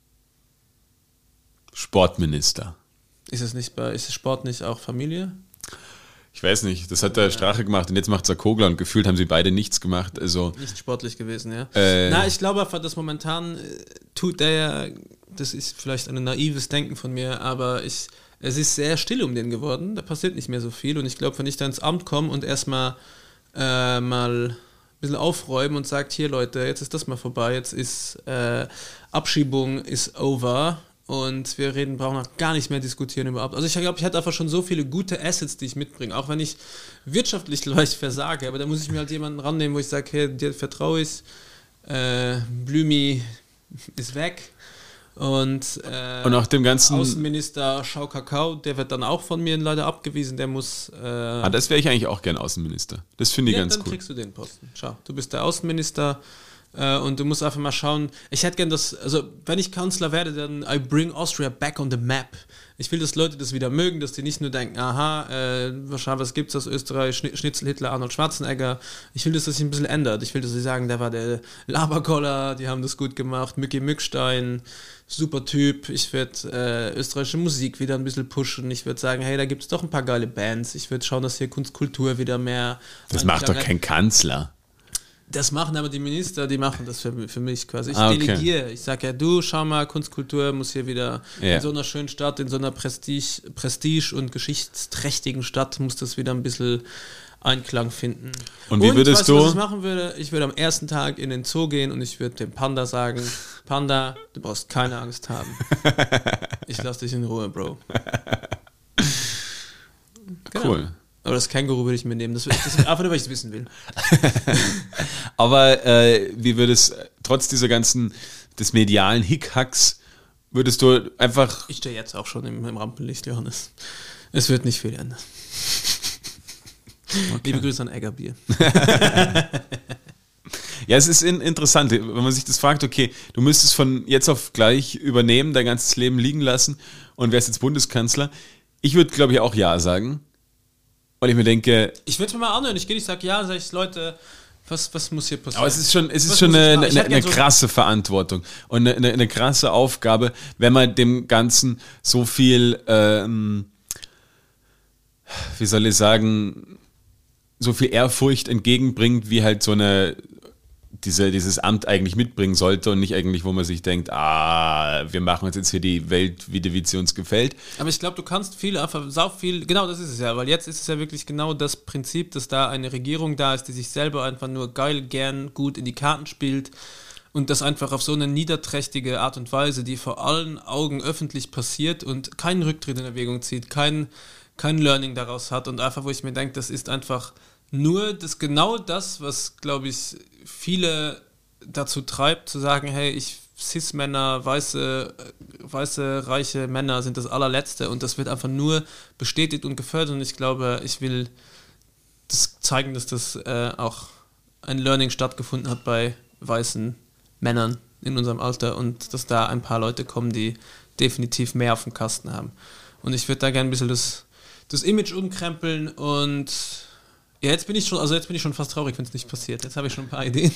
Sportminister. Ist es nicht bei, ist Sport nicht auch Familie? Ich weiß nicht, das hat der Strache gemacht und jetzt macht es Kogler und gefühlt haben sie beide nichts gemacht. Also Nicht sportlich gewesen, ja. Äh, Na, ich glaube einfach, dass momentan äh, tut der ja, das ist vielleicht ein naives Denken von mir, aber ich, es ist sehr still um den geworden, da passiert nicht mehr so viel und ich glaube, wenn ich da ins Amt komme und erstmal äh, mal ein bisschen aufräumen und sagt, hier Leute, jetzt ist das mal vorbei, jetzt ist äh, Abschiebung ist over. Und wir reden, brauchen auch gar nicht mehr diskutieren überhaupt. Also ich glaube, ich hatte einfach schon so viele gute Assets, die ich mitbringe. Auch wenn ich wirtschaftlich vielleicht versage, aber da muss ich mir halt jemanden rannehmen, wo ich sage, hey, dir vertraue ich, äh, Blümi ist weg. Und, äh, Und auch dem ganzen Außenminister Schau Kakao, der wird dann auch von mir leider abgewiesen, der muss... Äh, ah, das wäre ich eigentlich auch gern Außenminister. Das finde ich ja, ganz dann cool. kriegst du den Posten. Schau, du bist der Außenminister äh, und du musst einfach mal schauen. Ich hätte gern das, also wenn ich Kanzler werde, dann I bring Austria back on the map. Ich will, dass Leute das wieder mögen, dass die nicht nur denken, aha, äh, wahrscheinlich, was gibt's aus Österreich, Schni- Schnitzel, Hitler, Arnold Schwarzenegger. Ich will, dass das sich ein bisschen ändert. Ich will, dass sie sagen, der war der Laberkoller, die haben das gut gemacht, Micky Mückstein, super Typ. Ich werde äh, österreichische Musik wieder ein bisschen pushen. Ich würde sagen, hey, da gibt es doch ein paar geile Bands. Ich würde schauen, dass hier Kunstkultur wieder mehr... Das macht doch kein Kanzler. Das machen aber die Minister, die machen das für, für mich quasi. Ich Ah, okay. delegiere. Ich sage ja, du, schau mal, Kunstkultur muss hier wieder Ja. in so einer schönen Stadt, in so einer Prestige, Prestige- und geschichtsträchtigen Stadt muss das wieder ein bisschen Einklang finden. Und wie würdest weißt du- was ich machen würde? Ich würde am ersten Tag in den Zoo gehen und ich würde dem Panda sagen, Panda, du brauchst keine Angst haben. Ich lass dich in Ruhe, Bro. Genau. Cool. Aber das Känguru würde ich mir nehmen. Das, das ist einfach nur, weil ich es wissen will. Aber äh, wie würdest, trotz dieser ganzen, des medialen Hickhacks, würdest du einfach, Ich stehe jetzt auch schon im, im Rampenlicht, Johannes. Es wird nicht viel ändern. Liebe Grüße an Eggerbier. ja, es ist in, interessant, wenn man sich das fragt, okay, du müsstest von jetzt auf gleich übernehmen, dein ganzes Leben liegen lassen und wärst jetzt Bundeskanzler. Ich würde, glaube ich, auch Ja sagen, weil ich mir denke, Ich würde es mir mal anhören. Ich gehe, ich sage ja, sag ich, Leute, was, was muss hier passieren? aber es ist schon, es ist Was schon muss ich eine, machen? Ich eine, hätte gern eine so- krasse Verantwortung und eine, eine, eine krasse Aufgabe, wenn man dem Ganzen so viel, ähm, wie soll ich sagen, so viel Ehrfurcht entgegenbringt, wie halt so eine diese, dieses Amt eigentlich mitbringen sollte und nicht eigentlich, wo man sich denkt, ah, wir machen uns jetzt hier die Welt wieder, wie sie uns gefällt. Aber ich glaube, du kannst viel, einfach sau viel, genau das ist es ja, weil jetzt ist es ja wirklich genau das Prinzip, dass da eine Regierung da ist, die sich selber einfach nur geil, gern, gut in die Karten spielt und das einfach auf so eine niederträchtige Art und Weise, die vor allen Augen öffentlich passiert und keinen Rücktritt in Erwägung zieht, kein, kein Learning daraus hat und einfach, wo ich mir denke, das ist einfach nur das genau das, was, glaube ich, viele dazu treibt, zu sagen, hey, ich Cis-Männer, weiße, weiße, reiche Männer sind das allerletzte und das wird einfach nur bestätigt und gefördert und ich glaube, ich will das zeigen, dass das äh, auch ein Learning stattgefunden hat bei weißen Männern in unserem Alter und dass da ein paar Leute kommen, die definitiv mehr auf dem Kasten haben. Und ich würde da gerne ein bisschen das, das Image umkrempeln und ja, jetzt bin ich schon, also jetzt bin ich schon fast traurig, wenn es nicht passiert. Jetzt habe ich schon ein paar Ideen.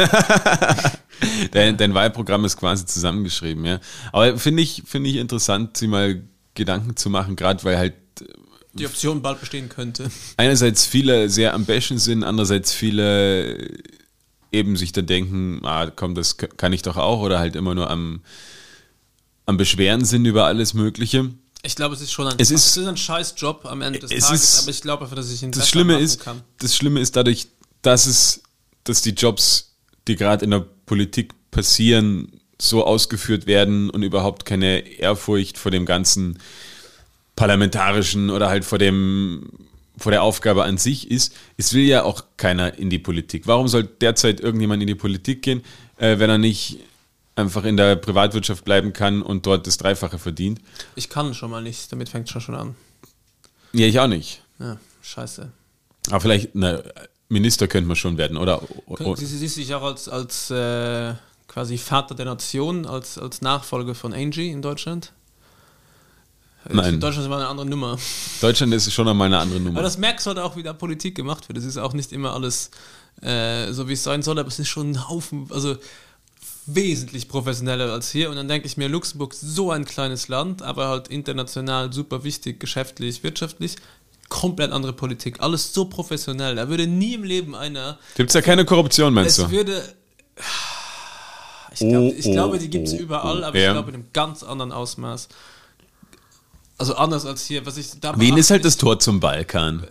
Dein, dein Wahlprogramm ist quasi zusammengeschrieben, ja. Aber finde ich, finde ich interessant, sich mal Gedanken zu machen, gerade weil halt die Option bald bestehen könnte. einerseits viele sehr am Bashen sind, andererseits viele eben sich da denken, ah komm, das kann ich doch auch, oder halt immer nur am, am Beschweren sind über alles Mögliche. Ich glaube, es ist schon ein, es ist, es ist ein scheiß Job am Ende des es Tages, ist, aber ich glaube einfach, dass ich ihn das besser Schlimme machen ist, kann. Das Schlimme ist dadurch, dass es, dass die Jobs, die gerade in der Politik passieren, so ausgeführt werden und überhaupt keine Ehrfurcht vor dem ganzen parlamentarischen oder halt vor dem vor der Aufgabe an sich ist. Es will ja auch keiner in die Politik. Warum soll derzeit irgendjemand in die Politik gehen, äh, wenn er nicht einfach in der Privatwirtschaft bleiben kann und dort das Dreifache verdient? Ich kann schon mal nicht, damit fängt es schon schon an. Ja, ich auch nicht. Ja, scheiße. Aber vielleicht, na, Minister könnte man schon werden, oder? Sie siehst dich auch als, als äh, quasi Vater der Nation, als, als Nachfolger von Angie in Deutschland? Nein. In Deutschland ist immer eine andere Nummer. Deutschland ist schon einmal eine andere Nummer. Aber das merkst du halt auch, wie da Politik gemacht wird. Es ist auch nicht immer alles äh, so, wie es sein soll, aber es ist schon ein Haufen, also wesentlich professioneller als hier. Und dann denke ich mir, Luxemburg ist so ein kleines Land, aber halt international super wichtig, geschäftlich, wirtschaftlich. Komplett andere Politik. Alles so professionell. Da würde nie im Leben einer... Gibt es da keine Korruption, meinst es du? würde... Ich, glaub, Oh, ich oh, glaube, die gibt es oh, überall, oh. aber Ja. ich glaube in einem ganz anderen Ausmaß. Also anders als hier. Was ich da Wien ist halt beachte, das Tor zum Balkan.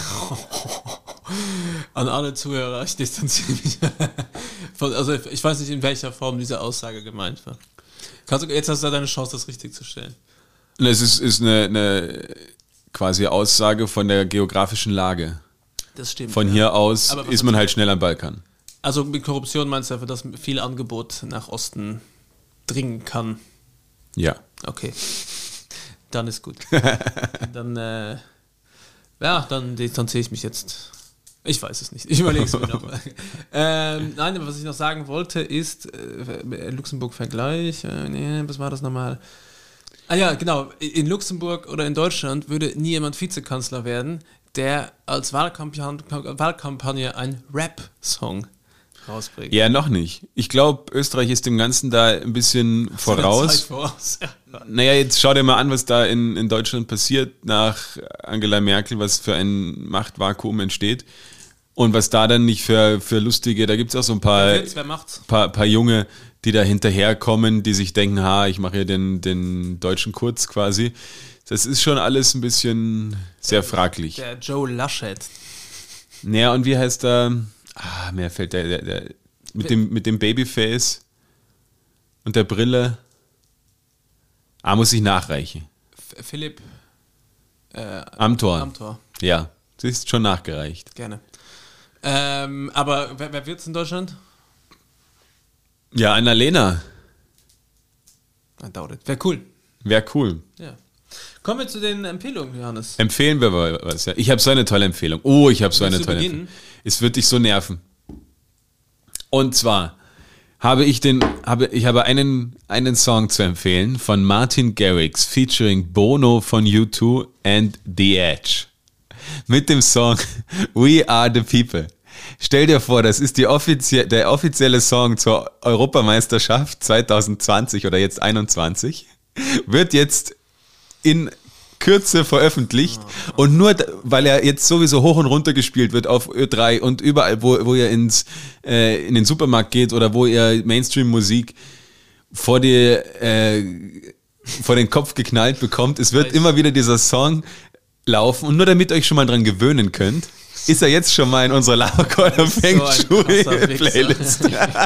An alle Zuhörer, ich distanziere mich. Von, also ich weiß nicht, in welcher Form diese Aussage gemeint war. Kannst du, jetzt hast du deine Chance, das richtig zu stellen. Es ist, ist eine, eine quasi Aussage von der geografischen Lage. Das stimmt. Von ja. hier aus Aber was ist man halt schnell am Balkan. Also mit Korruption meinst du einfach, dass viel Angebot nach Osten dringen kann? Ja. Okay. Dann ist gut. Dann, äh, ja, dann distanziere ich mich jetzt. Ich weiß es nicht. Ich überlege es mir nochmal. ähm, nein, aber was ich noch sagen wollte, ist äh, Luxemburg-Vergleich. Äh, nee, was war das nochmal? Ah ja, genau. In Luxemburg oder in Deutschland würde nie jemand Vizekanzler werden, der als Wahlkampagne, Wahlkampagne einen Rap-Song rausbringt. Ja, noch nicht. Ich glaube, Österreich ist dem Ganzen da ein bisschen voraus. Zeit voraus. Ja. Naja, jetzt schau dir mal an, was da in, in Deutschland passiert nach Angela Merkel, was für ein Machtvakuum entsteht. Und was da dann nicht für, für lustige, da gibt es auch so ein paar, Wer wird's, wer macht's? paar, paar Junge, die da hinterherkommen, die sich denken, ha, ich mache hier den, den deutschen Kurz quasi. Das ist schon alles ein bisschen sehr fraglich. Der Joe Laschet. Naja, und wie heißt der? Ah, mir fällt der, der, der mit dem, mit dem Babyface und der Brille. Ah, muss ich nachreichen. F- Philipp äh, Amthor. Amthor. Ja, das ist schon nachgereicht. Gerne. Ähm, aber wer, wer wird's in Deutschland? Ja, Annalena. I doubt it. Wäre cool. Wäre cool. Ja. Kommen wir zu den Empfehlungen, Johannes. Empfehlen wir mal was. Ja. Ich habe so eine tolle Empfehlung. Oh, ich habe so Willst eine du tolle beginnen? Empfehlung. Es wird dich so nerven. Und zwar habe ich den, habe, ich habe einen, einen Song zu empfehlen von Martin Garrix featuring Bono von U zwei and The Edge. Mit dem Song We Are the People. Stell dir vor, das ist die offizie- der offizielle Song zur Europameisterschaft zwanzig zwanzig oder jetzt einundzwanzig. Wird jetzt in Kürze veröffentlicht und nur, da- weil er jetzt sowieso hoch und runter gespielt wird auf Ö drei und überall, wo, wo ihr ins, äh, in den Supermarkt geht oder wo ihr Mainstream-Musik vor, die, äh, vor den Kopf geknallt bekommt, es wird Weiß. immer wieder dieser Song laufen und nur damit ihr euch schon mal dran gewöhnen könnt, ist er jetzt schon mal in unserer Labercorner Feng So ein Shui krasser Wichser. Playlist.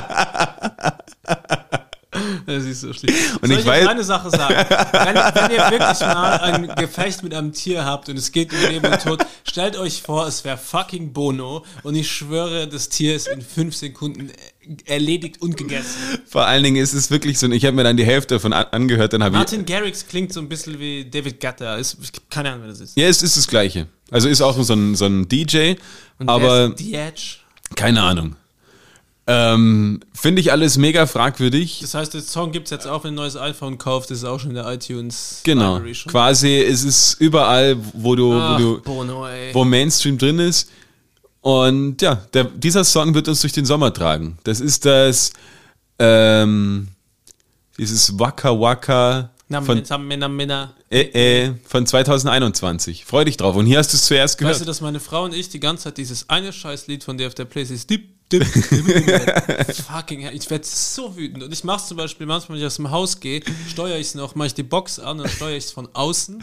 Das ist so schlimm. Und Soll ich ich euch weiß- eine Sache sagen? Wenn, wenn ihr wirklich mal ein Gefecht mit einem Tier habt und es geht um Leben und Tod, stellt euch vor, es wäre fucking Bono und ich schwöre, das Tier ist in fünf Sekunden erledigt und gegessen. Vor allen Dingen ist es wirklich so, und ich habe mir dann die Hälfte davon an- angehört, dann habe ich... Martin Garrix klingt so ein bisschen wie David Guetta. Ist, ich hab keine Ahnung, wer das ist. Ja, es ist das Gleiche. Also ist auch so ein, so ein D J, Und aber wer ist The Edge? keine Ahnung. Ähm, Finde ich alles mega fragwürdig. Das heißt, der Song gibt es jetzt auch, wenn ein neues iPhone kauft, das ist auch schon in der iTunes Genau. Library schon. Quasi ist es überall, wo du, Ach, wo du Bono, ey. wo Mainstream drin ist. Und ja, der, dieser Song wird uns durch den Sommer tragen. Das ist das ähm, dieses Waka Waka Na, Von- Männer, Männer, Männer. Äh, äh, von zwanzig einundzwanzig. Freu dich drauf. Und hier hast du es zuerst gehört. Weißt du, dass meine Frau und ich die ganze Zeit dieses eine Scheißlied von dir auf der Playlist ist, dip, dip, dip, dip. Fucking hell, ich werde so wütend. Und ich mach's zum Beispiel manchmal, wenn ich aus dem Haus gehe, steuere ich es noch, mache ich die Box an und steuere ich es von außen.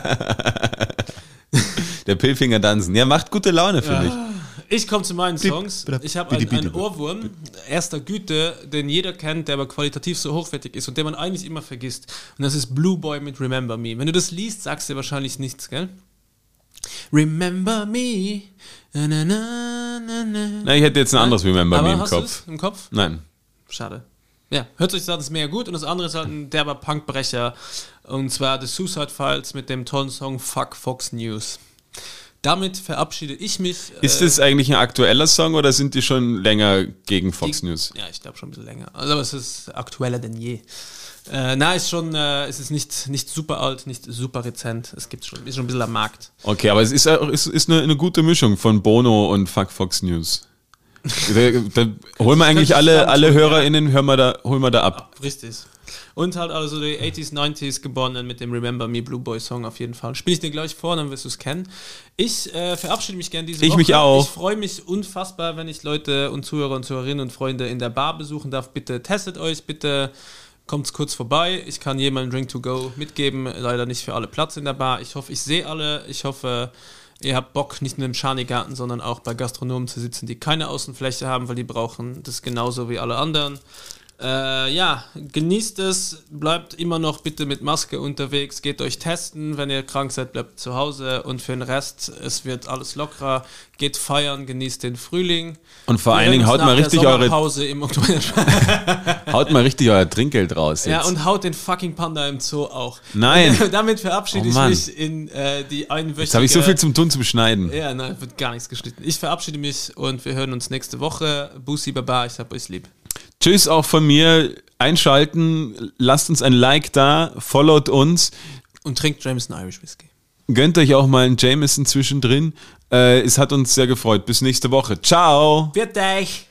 Der Pilfinger Dansen. Ja, macht gute Laune für mich. Ich komme zu meinen Songs. Ich habe einen, einen Ohrwurm erster Güte, den jeder kennt, der aber qualitativ so hochwertig ist und den man eigentlich immer vergisst. Und das ist Blue Boy mit Remember Me. Wenn du das liest, sagst du wahrscheinlich nichts, gell? Remember Me. Na, na, na, na, na. Na, ich hätte jetzt ein anderes Remember aber Me im hast Kopf. du's im Kopf? Nein. Schade. Ja, hört euch das an, das ist mega gut. Und das andere ist halt ein derber Punkbrecher. Und zwar The Suicide Files mit dem tollen Song Fuck Fox News. Damit verabschiede ich mich. Ist äh, das eigentlich ein aktueller Song oder sind die schon länger gegen Fox die, News? Ja, ich glaube schon ein bisschen länger. Also, aber es ist aktueller denn je. Äh, na, ist schon, äh, es ist nicht, nicht super alt, nicht super rezent. Es gibt schon, ist schon ein bisschen am Markt. Okay, aber es ist, auch- es ist eine, eine gute Mischung von Bono und Fuck Fox News. Da, da holen wir eigentlich alle, alle HörerInnen, hören wir da, holen wir da ab. Richtig. Und halt also die achtziger, neunziger geboren mit dem Remember Me Blue Boy Song auf jeden Fall. Spiel ich dir gleich vor, dann wirst du es kennen. Ich äh, verabschiede mich gerne diese Ich Woche. mich auch. Ich freue mich unfassbar, wenn ich Leute und Zuhörer und Zuhörerinnen und Freunde in der Bar besuchen darf. Bitte testet euch, bitte kommt kurz vorbei. Ich kann jemandem Drink to go mitgeben. Leider nicht für alle Platz in der Bar. Ich hoffe, ich sehe alle. Ich hoffe, ihr habt Bock, nicht nur im Schanigarten, sondern auch bei Gastronomen zu sitzen, die keine Außenfläche haben, weil die brauchen das genauso wie alle anderen. Äh, ja, genießt es, bleibt immer noch bitte mit Maske unterwegs, geht euch testen, wenn ihr krank seid, bleibt zu Hause und für den Rest, es wird alles lockerer, geht feiern, genießt den Frühling. Und vor Wir allen Dingen hören uns haut mal nach der richtig eure, Sommerpause im Oktober. haut mal richtig euer Trinkgeld raus jetzt. Ja, und haut den fucking Panda im Zoo auch. Nein. Und damit verabschiede Oh ich Mann. mich in äh, die einwöchige... Jetzt habe ich so viel zum Tun zum Schneiden. Ja, nein, wird gar nichts geschnitten. Ich verabschiede mich und wir hören uns nächste Woche. Bussi Baba, ich hab euch lieb. Tschüss auch von mir. Einschalten, lasst uns ein Like da, followt uns, Und trinkt Jameson Irish Whiskey. gönnt euch auch mal einen Jameson zwischendrin. Äh, es hat uns sehr gefreut. Bis nächste Woche. Ciao. Wird euch!